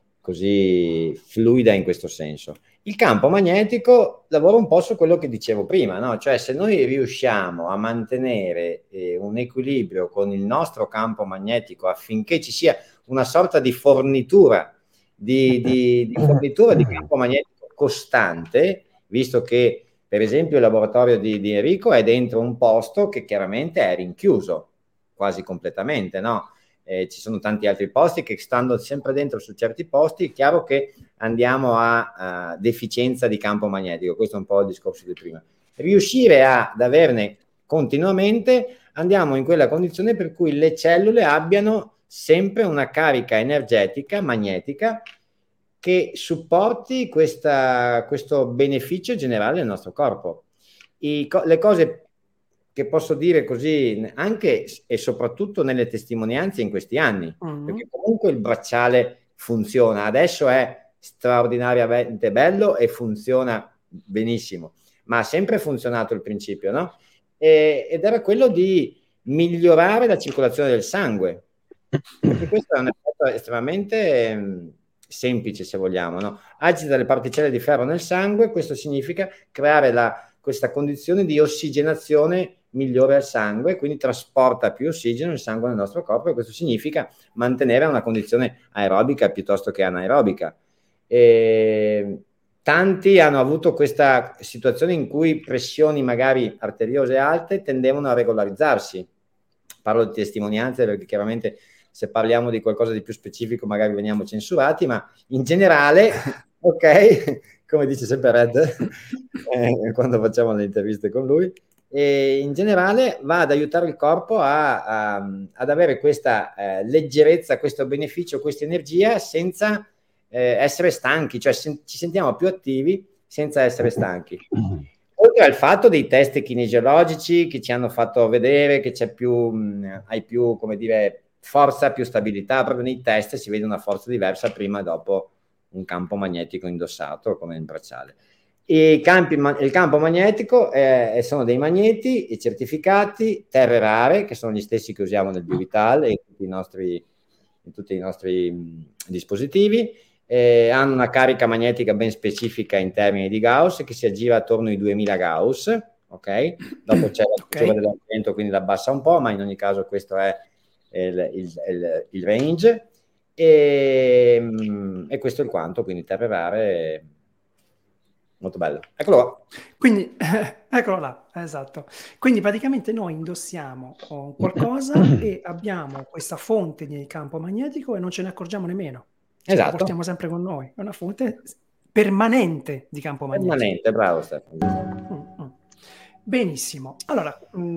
così fluida in questo senso. Il campo magnetico lavora un po' su quello che dicevo prima, no? Cioè se noi riusciamo a mantenere un equilibrio con il nostro campo magnetico affinché ci sia una sorta di fornitura di campo magnetico costante, visto che per esempio il laboratorio di Enrico è dentro un posto che chiaramente è rinchiuso quasi completamente, no? Ci sono tanti altri posti che stando sempre dentro su certi posti, è chiaro che andiamo a deficienza di campo magnetico, questo è un po' il discorso di prima. Riuscire ad averne continuamente, andiamo in quella condizione per cui le cellule abbiano sempre una carica energetica, magnetica, che supporti questo beneficio generale del nostro corpo. Le cose che posso dire così anche e soprattutto nelle testimonianze in questi anni, perché comunque il bracciale funziona, adesso è straordinariamente bello e funziona benissimo, ma ha sempre funzionato il principio, no? Ed era quello di migliorare la circolazione del sangue, perché questo è un effetto estremamente semplice, se vogliamo, no? Agita le particelle di ferro nel sangue, questo significa creare questa condizione di ossigenazione migliore al sangue, quindi trasporta più ossigeno il sangue nel nostro corpo, e questo significa mantenere una condizione aerobica piuttosto che anaerobica. Tanti hanno avuto questa situazione in cui pressioni magari arteriose alte tendevano a regolarizzarsi. Parlo di testimonianze perché chiaramente se parliamo di qualcosa di più specifico magari veniamo censurati, ma in generale, ok, come dice sempre Red quando facciamo le interviste con lui, e in generale va ad aiutare il corpo ad avere questa leggerezza, questo beneficio, questa energia senza essere stanchi, cioè ci sentiamo più attivi senza essere stanchi. Oltre al fatto dei test kinesiologici che ci hanno fatto vedere che c'è hai più, come dire, forza, più stabilità, proprio nei test si vede una forza diversa prima e dopo un campo magnetico indossato come il bracciale. Il campo magnetico sono dei magneti certificati, terre rare, che sono gli stessi che usiamo nel Biovital e in tutti i nostri dispositivi. Hanno una carica magnetica ben specifica in termini di Gauss, che si aggira attorno ai 2000 Gauss, ok? Dopo c'è la curva dell'aumento, quindi la abbassa un po', ma in ogni caso questo è il range, e questo è il quanto, quindi terre rare, molto bello. Eccolo qua. Quindi, eccolo là, esatto. Quindi praticamente noi indossiamo qualcosa e abbiamo questa fonte di campo magnetico e non ce ne accorgiamo nemmeno. Esatto. La portiamo sempre con noi, è una fonte permanente di campo magnetico. Permanente, bravo Stefano. Benissimo. Allora,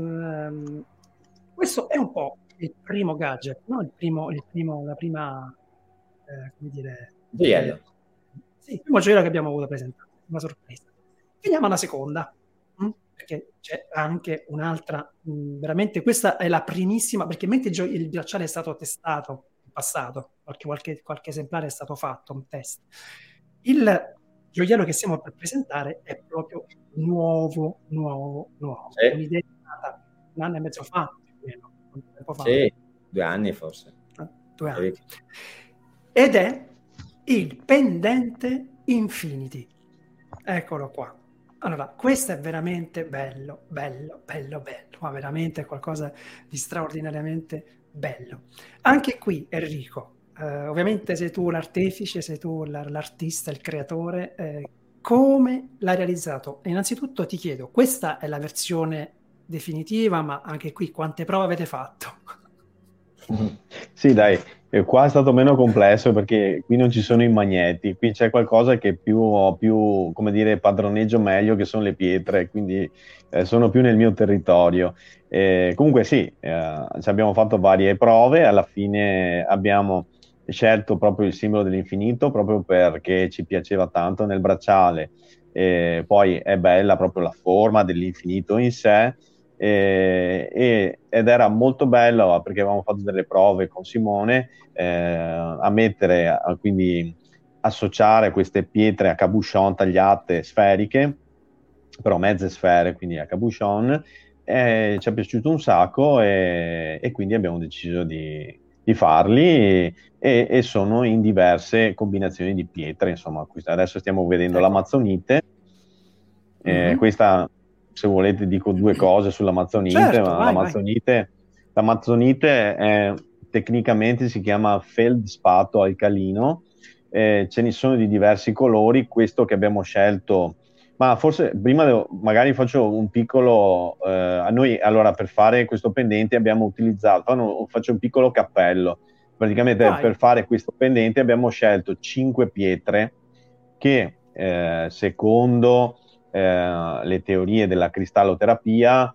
questo è un po' il primo gadget, no? La prima, come dire... Gioiello. Sì, il primo gioiello che abbiamo avuto presentato, una sorpresa. Veniamo alla seconda, perché c'è anche un'altra, veramente questa è la primissima, perché mentre il bracciale è stato testato in passato, qualche esemplare è stato fatto, un test, il gioiello che stiamo per presentare è proprio nuovo. Sì. Un'idea nata un anno e mezzo fa, più o meno, quanto tempo fa? Sì, 2 anni forse. 2 anni. Ed è il pendente Infinity. Eccolo qua. Allora, questo è veramente bello, ma veramente qualcosa di straordinariamente bello. Anche qui, Enrico, ovviamente sei tu l'artefice, sei tu l'artista, il creatore, come l'hai realizzato? E innanzitutto ti chiedo, questa è la versione definitiva, ma anche qui quante prove avete fatto? Sì, dai, qua è stato meno complesso perché qui non ci sono i magneti, qui c'è qualcosa che più, come dire, padroneggio meglio, che sono le pietre, quindi sono più nel mio territorio. Comunque sì, ci abbiamo fatto varie prove, alla fine abbiamo scelto proprio il simbolo dell'infinito, proprio perché ci piaceva tanto nel bracciale. Poi è bella proprio la forma dell'infinito in sé, ed era molto bello perché avevamo fatto delle prove con Simone, a mettere, quindi associare queste pietre a cabochon tagliate sferiche, però mezze sfere, quindi a cabochon. Ci è piaciuto un sacco, e quindi abbiamo deciso di farli, e sono in diverse combinazioni di pietre. Insomma, adesso stiamo vedendo Ecco. l'Amazzonite. Mhm. Questa, se volete, dico due cose sull'Amazzonite, Certo, ma vai, vai. l'Amazzonite tecnicamente si chiama feldspato alcalino. Ce ne sono di diversi colori. Questo che abbiamo scelto, ma forse prima magari faccio un piccolo, a noi allora per fare questo pendente abbiamo utilizzato, faccio un piccolo cappello. Praticamente Vai. per fare questo pendente abbiamo scelto 5 pietre che, secondo le teorie della cristalloterapia,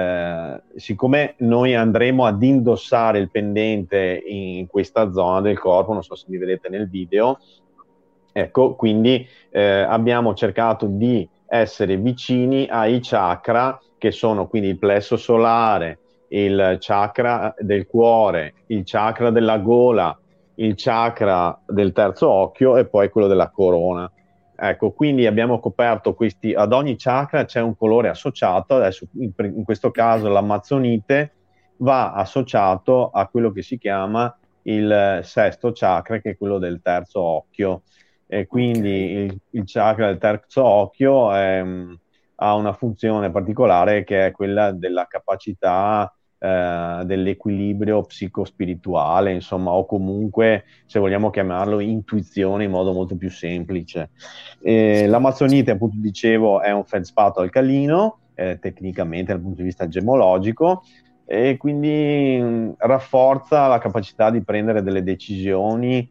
siccome noi andremo ad indossare il pendente in questa zona del corpo, non so se mi vedete nel video, ecco, quindi abbiamo cercato di essere vicini ai chakra, che sono quindi il plesso solare, il chakra del cuore, il chakra della gola, il chakra del terzo occhio e poi quello della corona. Ecco, quindi abbiamo coperto questi, ad ogni chakra c'è un colore associato. Adesso in questo caso l'Amazzonite va associato a quello che si chiama il sesto chakra, che è quello del terzo occhio. E Ok. quindi il chakra del terzo occhio ha una funzione particolare, che è quella della capacità, dell'equilibrio psicospirituale, insomma, o comunque, se vogliamo chiamarlo, intuizione in modo molto più semplice. Sì, sì. L'Amazzonite, appunto, dicevo, è un feldspato alcalino, tecnicamente dal punto di vista gemologico, e quindi rafforza la capacità di prendere delle decisioni,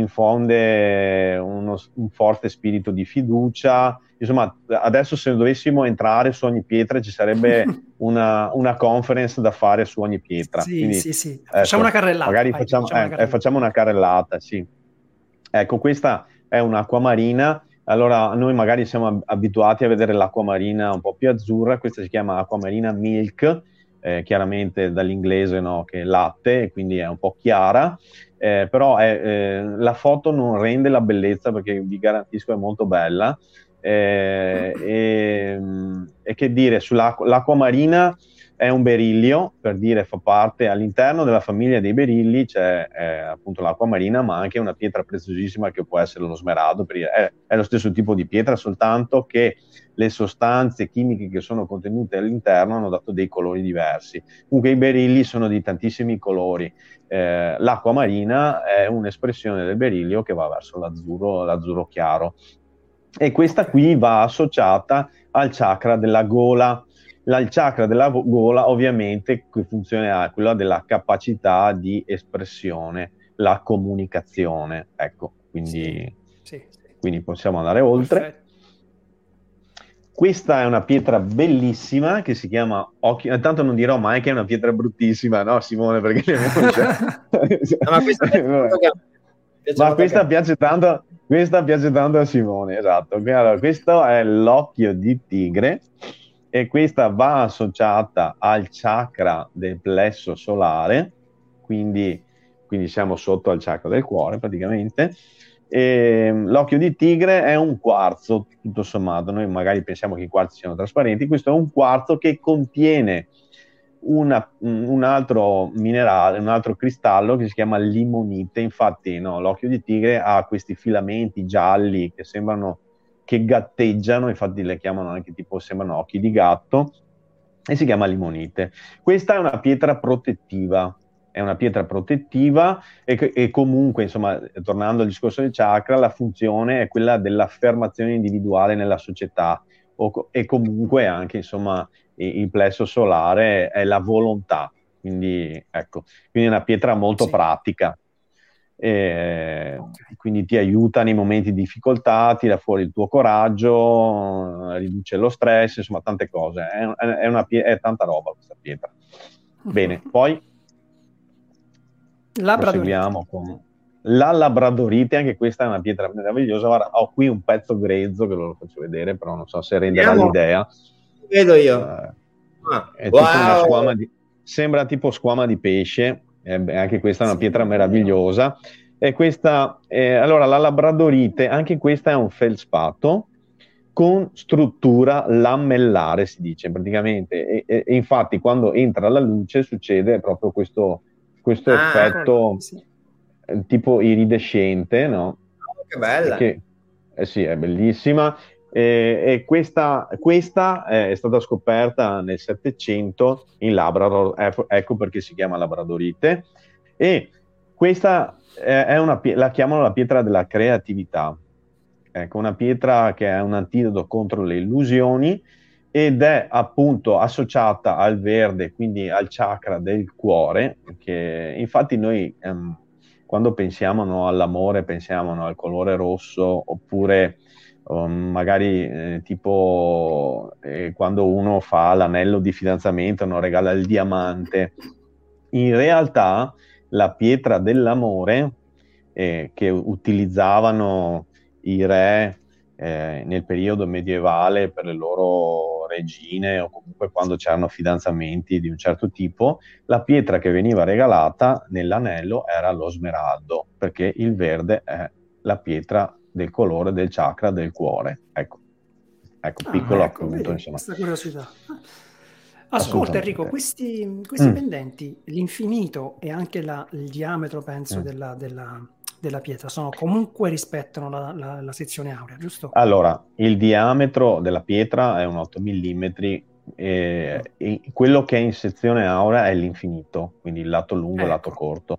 infonde un forte spirito di fiducia. Insomma, adesso se dovessimo entrare su ogni pietra ci sarebbe una conference da fare su ogni pietra. Sì, Quindi sì, sì. Facciamo una adesso carrellata, magari vai, facciamo una carrellata. facciamo una carrellata, sì. Ecco, questa è un'acqua marina. Allora, noi magari siamo abituati a vedere l'acqua marina un po' più azzurra, questa si chiama acqua marina milk, chiaramente dall'inglese, no, che è latte, e quindi è un po' chiara. Però la foto non rende la bellezza, perché vi garantisco è molto bella. E che dire, l'acqua marina è un berillio, per dire, fa parte all'interno della famiglia dei berilli, c'è appunto l'acqua marina, ma anche una pietra preziosissima che può essere lo smeraldo, per dire, è lo stesso tipo di pietra, soltanto che le sostanze chimiche che sono contenute all'interno hanno dato dei colori diversi. Comunque i berilli sono di tantissimi colori. L'acqua marina è un'espressione del berillio che va verso l'azzurro chiaro. E questa Ok. qui va associata al chakra della gola. Il chakra della gola, ovviamente, che funzione ha? Quella della capacità di espressione, la comunicazione. Ecco, Sì, quindi, sì. quindi possiamo andare oltre. Perfetto. Questa è una pietra bellissima che si chiama occhio. Intanto non dirò mai che è una pietra bruttissima, no, Simone, perché ne abbiamo No, ma questo piace Ma molto anche a me. questa piace tanto a Simone, esatto. Allora, questo è l'occhio di tigre, e questa va associata al chakra del plesso solare, quindi siamo sotto al chakra del cuore praticamente. E l'occhio di tigre è un quarzo, tutto sommato. Noi magari pensiamo che i quarzi siano trasparenti, questo è un quarzo che contiene un altro minerale, un altro cristallo che si chiama limonite. Infatti, no, l'occhio di tigre ha questi filamenti gialli che sembrano, che gatteggiano, infatti le chiamano anche tipo, sembrano occhi di gatto, e si chiama limonite. Questa è una pietra protettiva, e comunque, insomma, tornando al discorso del chakra, la funzione è quella dell'affermazione individuale nella società, e comunque anche, insomma, il plesso solare è la volontà. quindi ecco, quindi è una pietra molto Sì. pratica. Quindi ti aiuta nei momenti di difficoltà, tira fuori il tuo coraggio, riduce lo stress, insomma tante cose. È tanta roba questa pietra. Bene, poi proseguiamo con la labradorite, anche questa è una pietra meravigliosa. Guarda, ho qui un pezzo grezzo che lo faccio vedere, però non so se renderà l'idea. Vedo io. È tipo una squama sembra tipo squama di pesce. Anche questa è una pietra meravigliosa. E questa, allora, la labradorite, anche questa è un feldspato con struttura lamellare, si dice praticamente. E infatti, quando entra la luce, succede proprio questo effetto tipo iridescente, no? Che bella! Sì, è bellissima. E questa è stata scoperta nel Settecento in Labrador, ecco perché si chiama labradorite. E questa la chiamano la pietra della creatività. Ecco, una pietra che è un antidoto contro le illusioni ed è appunto associata al verde, quindi al chakra del cuore, che infatti noi quando pensiamo, no, all'amore pensiamo, no, al colore rosso, oppure magari tipo quando uno fa l'anello di fidanzamento, no, regala il diamante. In realtà la pietra dell'amore che utilizzavano i re nel periodo medievale per le loro regine, o comunque quando c'erano fidanzamenti di un certo tipo, la pietra che veniva regalata nell'anello era lo smeraldo, perché il verde è la pietra del colore del chakra del cuore. Ecco, piccolo appunto, vedi, insomma. questa curiosità. Ascolta Enrico, questi pendenti, l'infinito e anche il diametro, penso, della pietra, comunque rispettano la sezione aurea, giusto? Allora, il diametro della pietra è un 8 mm, e quello che è in sezione aurea è l'infinito, quindi il lato lungo e il lato corto.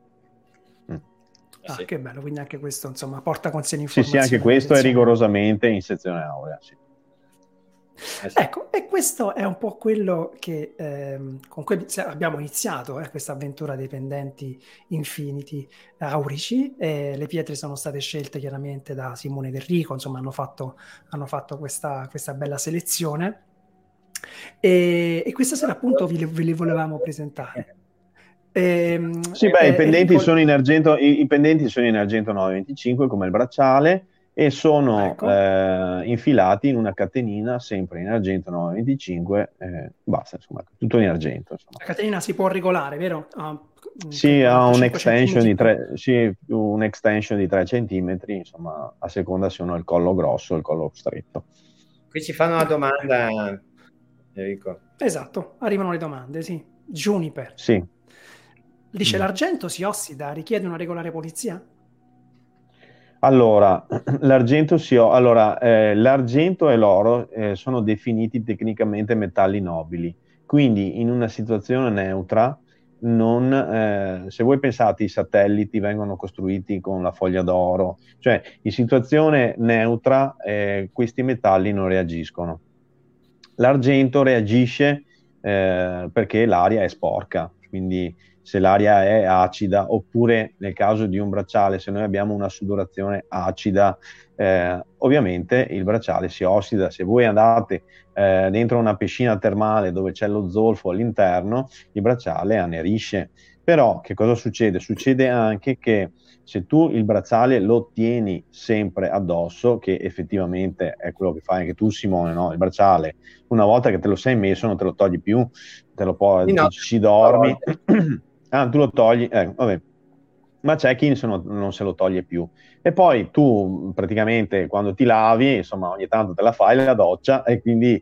Che bello, quindi anche questo, insomma, porta con sé l'informazione. Sì, anche questo è rigorosamente in sezione aurea, sì. Ecco, e questo è un po' quello che con cui abbiamo iniziato questa avventura dei pendenti infiniti aurici. Le pietre sono state scelte chiaramente da Simone Del Rico, insomma hanno fatto questa bella selezione e questa sera appunto ve le volevamo presentare. Sì, i pendenti sono in argento, i pendenti sono in argento 925 come il bracciale, e sono infilati in una catenina sempre in argento 925, basta, insomma, tutto in argento, insomma. La catenina si può regolare, vero? Sì, ha un'extension di 3 centimetri, insomma, a seconda se uno ha il collo grosso o il collo stretto. Qui ci fanno una domanda, Enrico. Esatto, arrivano le domande, sì. Juniper. Sì. Dice, l'argento si ossida, richiede una regolare pulizia? Allora, l'argento e l'oro sono definiti tecnicamente metalli nobili, quindi in una situazione neutra, se voi pensate i satelliti vengono costruiti con la foglia d'oro, cioè in situazione neutra questi metalli non reagiscono. L'argento reagisce perché l'aria è sporca, quindi se l'aria è acida, oppure nel caso di un bracciale, se noi abbiamo una sudorazione acida, ovviamente il bracciale si ossida. Se voi andate dentro una piscina termale dove c'è lo zolfo all'interno, il bracciale annerisce. Però che cosa succede? Succede anche che se tu il bracciale lo tieni sempre addosso, che effettivamente è quello che fai anche tu, Simone, no? Il bracciale, una volta che te lo sei messo, non te lo togli più, te lo puoi, ci dormi. Tu lo togli, vabbè. Ma c'è chi non se lo toglie più. E poi tu praticamente quando ti lavi, insomma, ogni tanto te la fai la doccia e quindi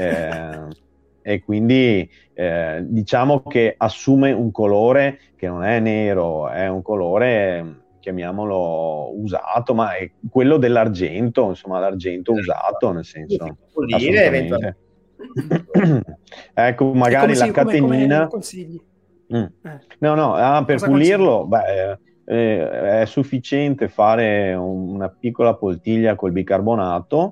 diciamo che assume un colore che non è nero, è un colore, chiamiamolo usato, ma è quello dell'argento, insomma, l'argento usato, nel senso, assolutamente. Ecco, magari la catenina. Come consigli? Per pulirlo, è sufficiente fare una piccola poltiglia col bicarbonato,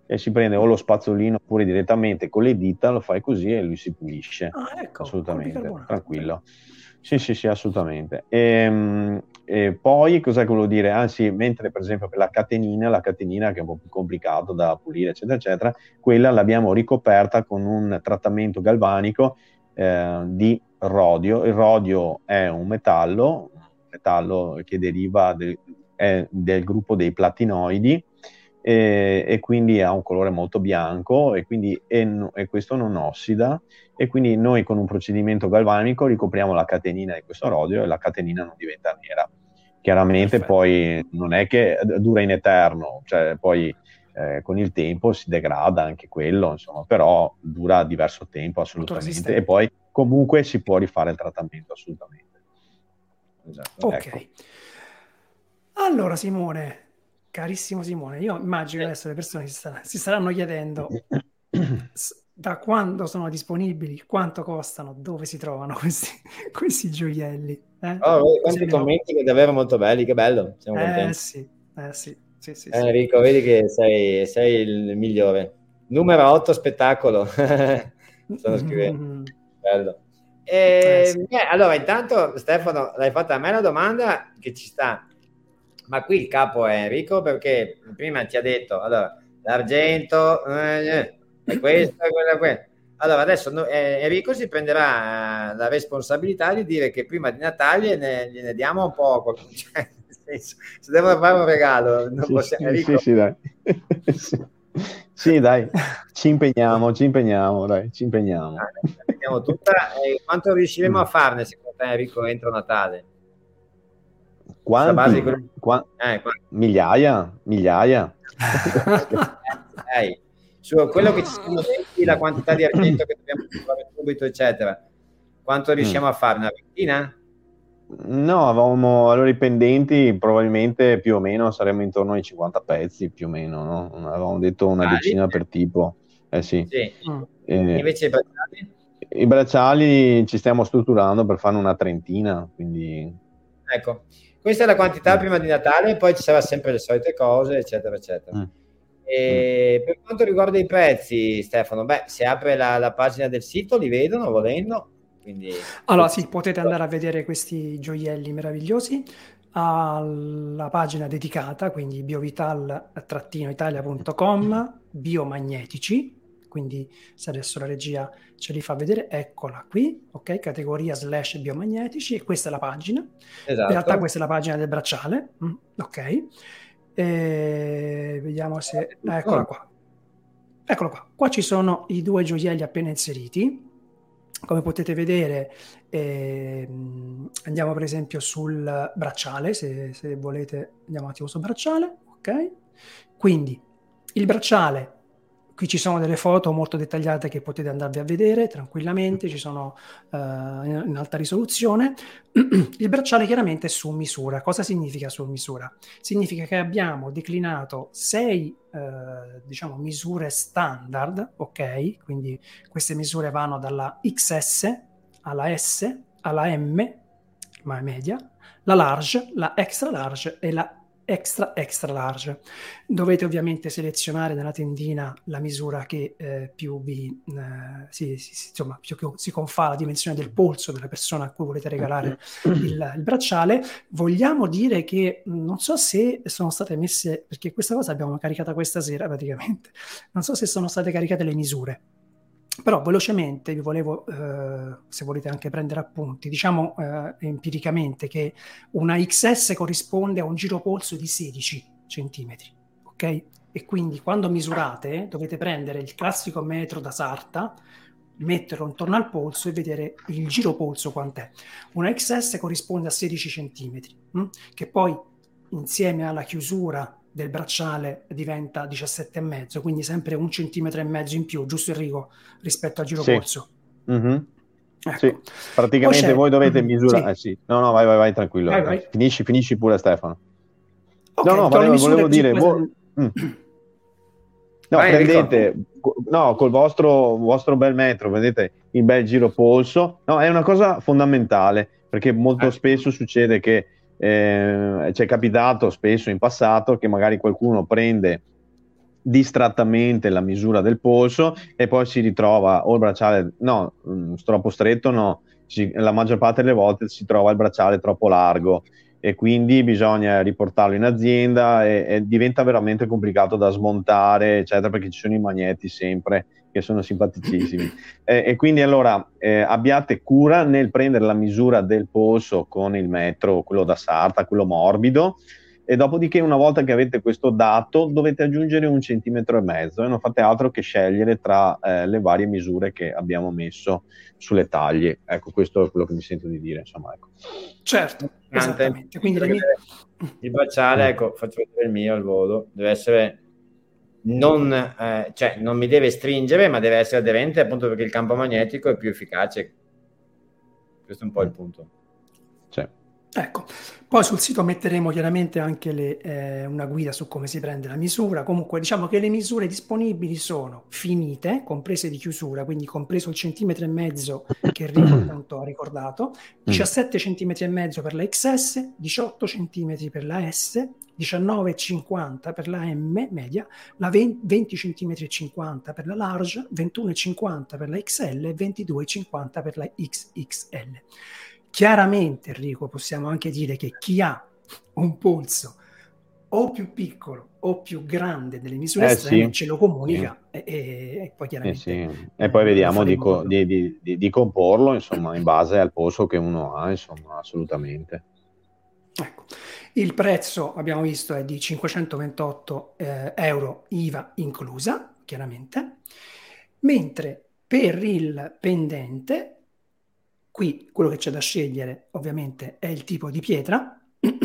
e si prende o lo spazzolino oppure direttamente con le dita, lo fai così e lui si pulisce. Ecco, assolutamente, tranquillo. Sì, assolutamente. E poi cos'è che volevo dire? Anzi, mentre per esempio per la catenina che è un po' più complicato da pulire, eccetera, eccetera, quella l'abbiamo ricoperta con un trattamento galvanico di rodio. Il rodio è un metallo che deriva del gruppo dei platinoidi, e quindi ha un colore molto bianco e questo non ossida, e quindi noi con un procedimento galvanico ricopriamo la catenina di questo rodio e la catenina non diventa nera. Chiaramente poi non è che dura in eterno, cioè poi con il tempo si degrada anche quello, insomma, però dura diverso tempo assolutamente, e poi comunque si può rifare il trattamento assolutamente. Esatto. Ok. Ecco. Allora Simone, carissimo Simone, io immagino che adesso le persone si staranno chiedendo da quando sono disponibili, quanto costano, dove si trovano questi gioielli. Quanti commenti che davvero molto belli, che bello, siamo contenti. Sì. Enrico, vedi che sei il migliore. Numero 8 spettacolo. Stanno scrivendo. Bello. Allora, intanto Stefano, l'hai fatta a me la domanda che ci sta. Ma qui il capo è Enrico, perché prima ti ha detto, allora, l'argento è questo, quella. Allora, adesso Enrico si prenderà la responsabilità di dire che prima di Natale gliene diamo un po', cioè, nel senso, se devono fare un regalo, non possiamo. Enrico. Sì, dai. Sì, dai, ci impegniamo, dai, ci impegniamo. Vediamo tutta. Quanto riusciremo a farne, secondo te, Enrico, entro Natale? Quanti? Migliaia. Su quello che ci sono dentro, la quantità di argento che dobbiamo fare subito, eccetera, quanto riusciamo a fare? Una ventina? No, allora i pendenti probabilmente più o meno saremmo intorno ai 50 pezzi, più o meno, no? Avevamo detto una decina per tipo. Sì. Invece i bracciali ci stiamo strutturando per fare una trentina, quindi. Ecco, questa è la quantità prima di Natale, poi ci sarà sempre le solite cose, eccetera, eccetera. E per quanto riguarda i prezzi, Stefano, si apre la pagina del sito, li vedono volendo. Quindi, allora sì, potete andare a vedere questi gioielli meravigliosi alla pagina dedicata, quindi biovital-italia.com, biomagnetici, quindi se adesso la regia ce li fa vedere, eccola qui, ok, categoria / biomagnetici, e questa è la pagina. Esatto. In realtà questa è la pagina del bracciale, ok, vediamo se, eccola qua, qua ci sono i 2 gioielli appena inseriti. Come potete vedere, andiamo per esempio sul bracciale, se volete andiamo un attimo sul bracciale, ok? Quindi il bracciale, qui ci sono delle foto molto dettagliate che potete andarvi a vedere tranquillamente, ci sono in alta risoluzione. Il bracciale chiaramente è su misura. Cosa significa su misura? Significa che abbiamo declinato 6 misure standard, ok? Quindi queste misure vanno dalla XS alla S alla M, ma è media, la large, la extra large e la extra large. Dovete ovviamente selezionare nella tendina la misura che più si confà alla dimensione del polso della persona a cui volete regalare il bracciale. Vogliamo dire che non so se sono state messe, perché questa cosa abbiamo caricata questa sera praticamente, non so se sono state caricate le misure, però velocemente vi volevo, se volete anche prendere appunti, diciamo empiricamente che una XS corrisponde a un giro polso di 16 centimetri, ok? E quindi quando misurate dovete prendere il classico metro da sarta, metterlo intorno al polso e vedere il giro polso quant'è. Una XS corrisponde a 16 centimetri, che poi insieme alla chiusura del bracciale diventa 17,5, quindi sempre 1,5 centimetri in più, giusto Enrico, rispetto al giro polso. Ecco. Sì, praticamente voi dovete misurare. Sì. No, vai tranquillo. Vai. Finisci pure Stefano. Okay, volevo dire. Prendete col vostro bel metro, vedete il bel giro polso. No, è una cosa fondamentale, perché molto spesso succede che ci è capitato spesso in passato che magari qualcuno prende distrattamente la misura del polso e poi si ritrova o il bracciale, no, troppo stretto, no, la maggior parte delle volte si trova il bracciale troppo largo e quindi bisogna riportarlo in azienda e diventa veramente complicato da smontare, eccetera, perché ci sono i magneti sempre che sono simpaticissimi. E quindi allora abbiate cura nel prendere la misura del polso con il metro, quello da sarta, quello morbido, e dopodiché una volta che avete questo dato dovete aggiungere 1,5 cm e non fate altro che scegliere tra le varie misure che abbiamo messo sulle taglie. Ecco, questo è quello che mi sento di dire, insomma, ecco. Certo, esattamente. Quindi il bracciale, ecco, faccio vedere il mio al volo, deve essere non mi deve stringere, ma deve essere aderente, appunto perché il campo magnetico è più efficace. Questo è un po' il punto. Sì. Ecco, poi sul sito metteremo chiaramente anche una guida su come si prende la misura. Comunque diciamo che le misure disponibili sono finite, comprese di chiusura, quindi compreso il centimetro e mezzo che Enrico appunto ha ricordato, 17 centimetri e mezzo per la XS, 18 centimetri per la S, 19,50 per la M media, la 20 centimetri e 50 per la large, 21,50 per la XL e 22,50 per la XXL. Chiaramente, Enrico, possiamo anche dire che chi ha un polso o più piccolo o più grande delle misure estreme ce lo comunica e poi chiaramente e poi vediamo di comporlo, insomma, in base al polso che uno ha, insomma, assolutamente. Ecco, il prezzo abbiamo visto è di 528 euro IVA inclusa, chiaramente, mentre per il pendente qui quello che c'è da scegliere ovviamente è il tipo di pietra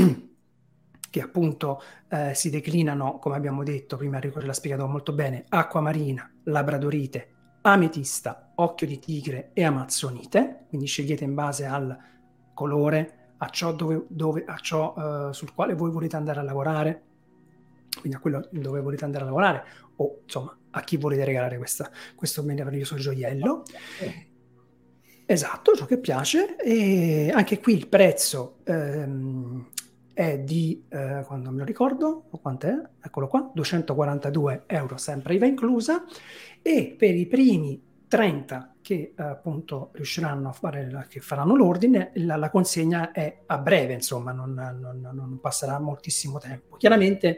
che appunto si declinano, come abbiamo detto prima, Enrico l'ha spiegato molto bene: acquamarina, labradorite, ametista, occhio di tigre e amazzonite. Quindi scegliete in base al colore, a ciò sul quale voi volete andare a lavorare, quindi a quello dove volete andare a lavorare o insomma a chi volete regalare questo meraviglioso gioiello. Esatto, ciò che piace. E anche qui il prezzo è di, quando me lo ricordo, quant'è? Eccolo qua, 242 euro, sempre IVA inclusa, e per i primi 30 che appunto riusciranno a fare, che faranno l'ordine, la consegna è a breve, insomma, non passerà moltissimo tempo. Chiaramente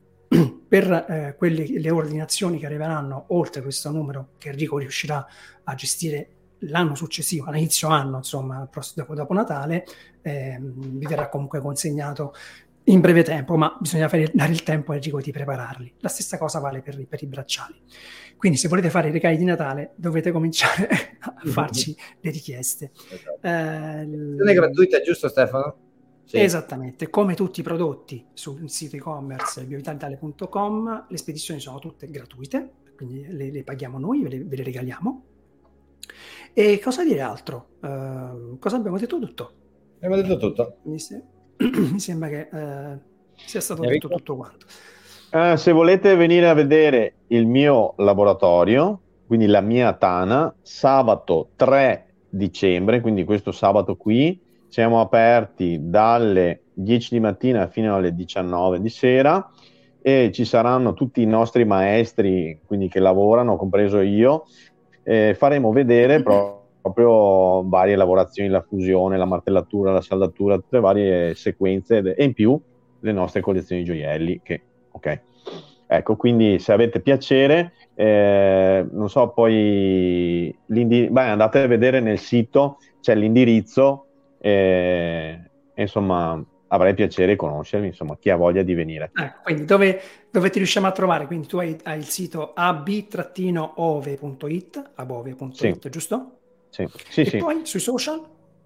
per le ordinazioni che arriveranno oltre questo numero che Enrico riuscirà a gestire l'anno successivo, all'inizio anno, insomma, dopo Natale, vi verrà comunque consegnato in breve tempo, ma bisogna dare il tempo a Enrico di prepararli. La stessa cosa vale per i bracciali. Quindi se volete fare i regali di Natale dovete cominciare a farci le richieste. Non è gratuita, giusto Stefano? Sì. Esattamente, come tutti i prodotti sul sito e-commerce biovitalitale.com, le spedizioni sono tutte gratuite, quindi le paghiamo noi, ve le regaliamo. E cosa dire altro? Cosa abbiamo detto tutto? Abbiamo detto tutto. Mi sembra che sia stato detto tutto quanto. Se volete venire a vedere il mio laboratorio, quindi la mia tana, sabato 3 dicembre, quindi questo sabato qui, siamo aperti dalle 10 di mattina fino alle 19 di sera e ci saranno tutti i nostri maestri, quindi che lavorano, compreso io. Faremo vedere proprio varie lavorazioni, la fusione, la martellatura, la saldatura, tutte le varie sequenze e in più le nostre collezioni di gioielli che ok, ecco, quindi se avete piacere, non so, poi andate a vedere nel sito, c'è l'indirizzo, insomma, avrei piacere di conoscervi, insomma, chi ha voglia di venire. Quindi dove ti riusciamo a trovare? Quindi tu hai il sito ab-ove.it, above.it, sì. Giusto? Sì. Poi sui social?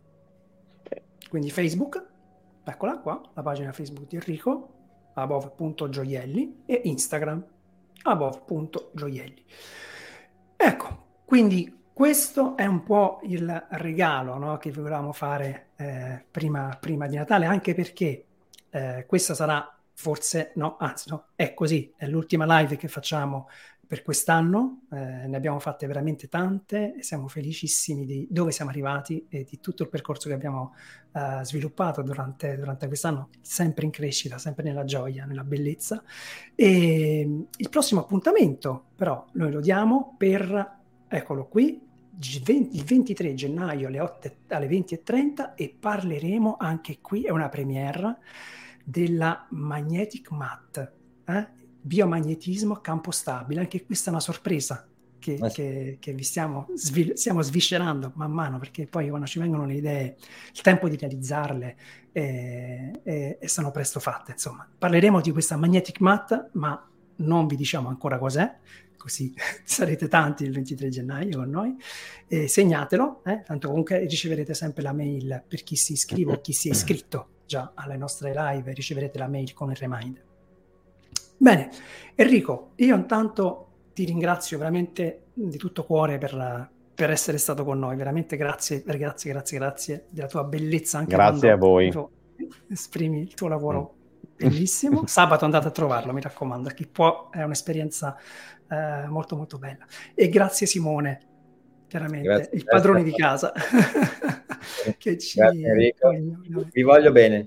Quindi Facebook, eccola qua, la pagina Facebook di Enrico, above.gioielli, e Instagram, above.gioielli. Ecco, quindi questo è un po' il regalo, no, che volevamo fare prima di Natale, anche perché questa sarà forse, è così, è l'ultima live che facciamo per quest'anno, ne abbiamo fatte veramente tante e siamo felicissimi di dove siamo arrivati e di tutto il percorso che abbiamo sviluppato durante quest'anno, sempre in crescita, sempre nella gioia, nella bellezza. E il prossimo appuntamento, però, noi lo diamo per, eccolo qui, il 23 gennaio alle 20:30 e parleremo anche qui, è una premiere, della Magnetic Mat, biomagnetismo a campo stabile. Anche questa è una sorpresa che vi stiamo sviscerando man mano, perché poi quando ci vengono le idee, il tempo di realizzarle e sono presto fatte. Insomma, parleremo di questa Magnetic Mat, ma non vi diciamo ancora cos'è, così sarete tanti il 23 gennaio con noi. Segnatelo, tanto comunque riceverete sempre la mail per chi si iscrive o chi si è iscritto già alle nostre live, riceverete la mail con il reminder. Bene, Enrico, io intanto ti ringrazio veramente di tutto cuore per essere stato con noi, veramente grazie della tua bellezza, anche grazie a voi. Esprimi il tuo lavoro bellissimo. Sabato andate a trovarlo, mi raccomando, chi può, è un'esperienza molto molto bella. E grazie Simone, chiaramente, il padrone di casa. Che grazie Enrico, vi voglio bene.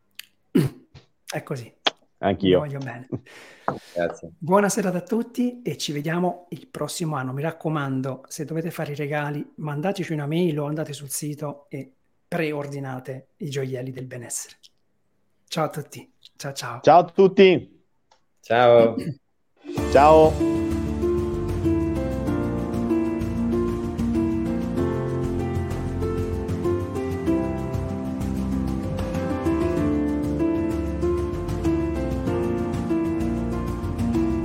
È così. Anch'io. Voglio bene. Grazie. Buona serata a tutti e ci vediamo il prossimo anno. Mi raccomando, se dovete fare i regali, mandateci una mail o andate sul sito e preordinate i gioielli del benessere. Ciao a tutti. Ciao ciao. Ciao a tutti. Ciao. Ciao.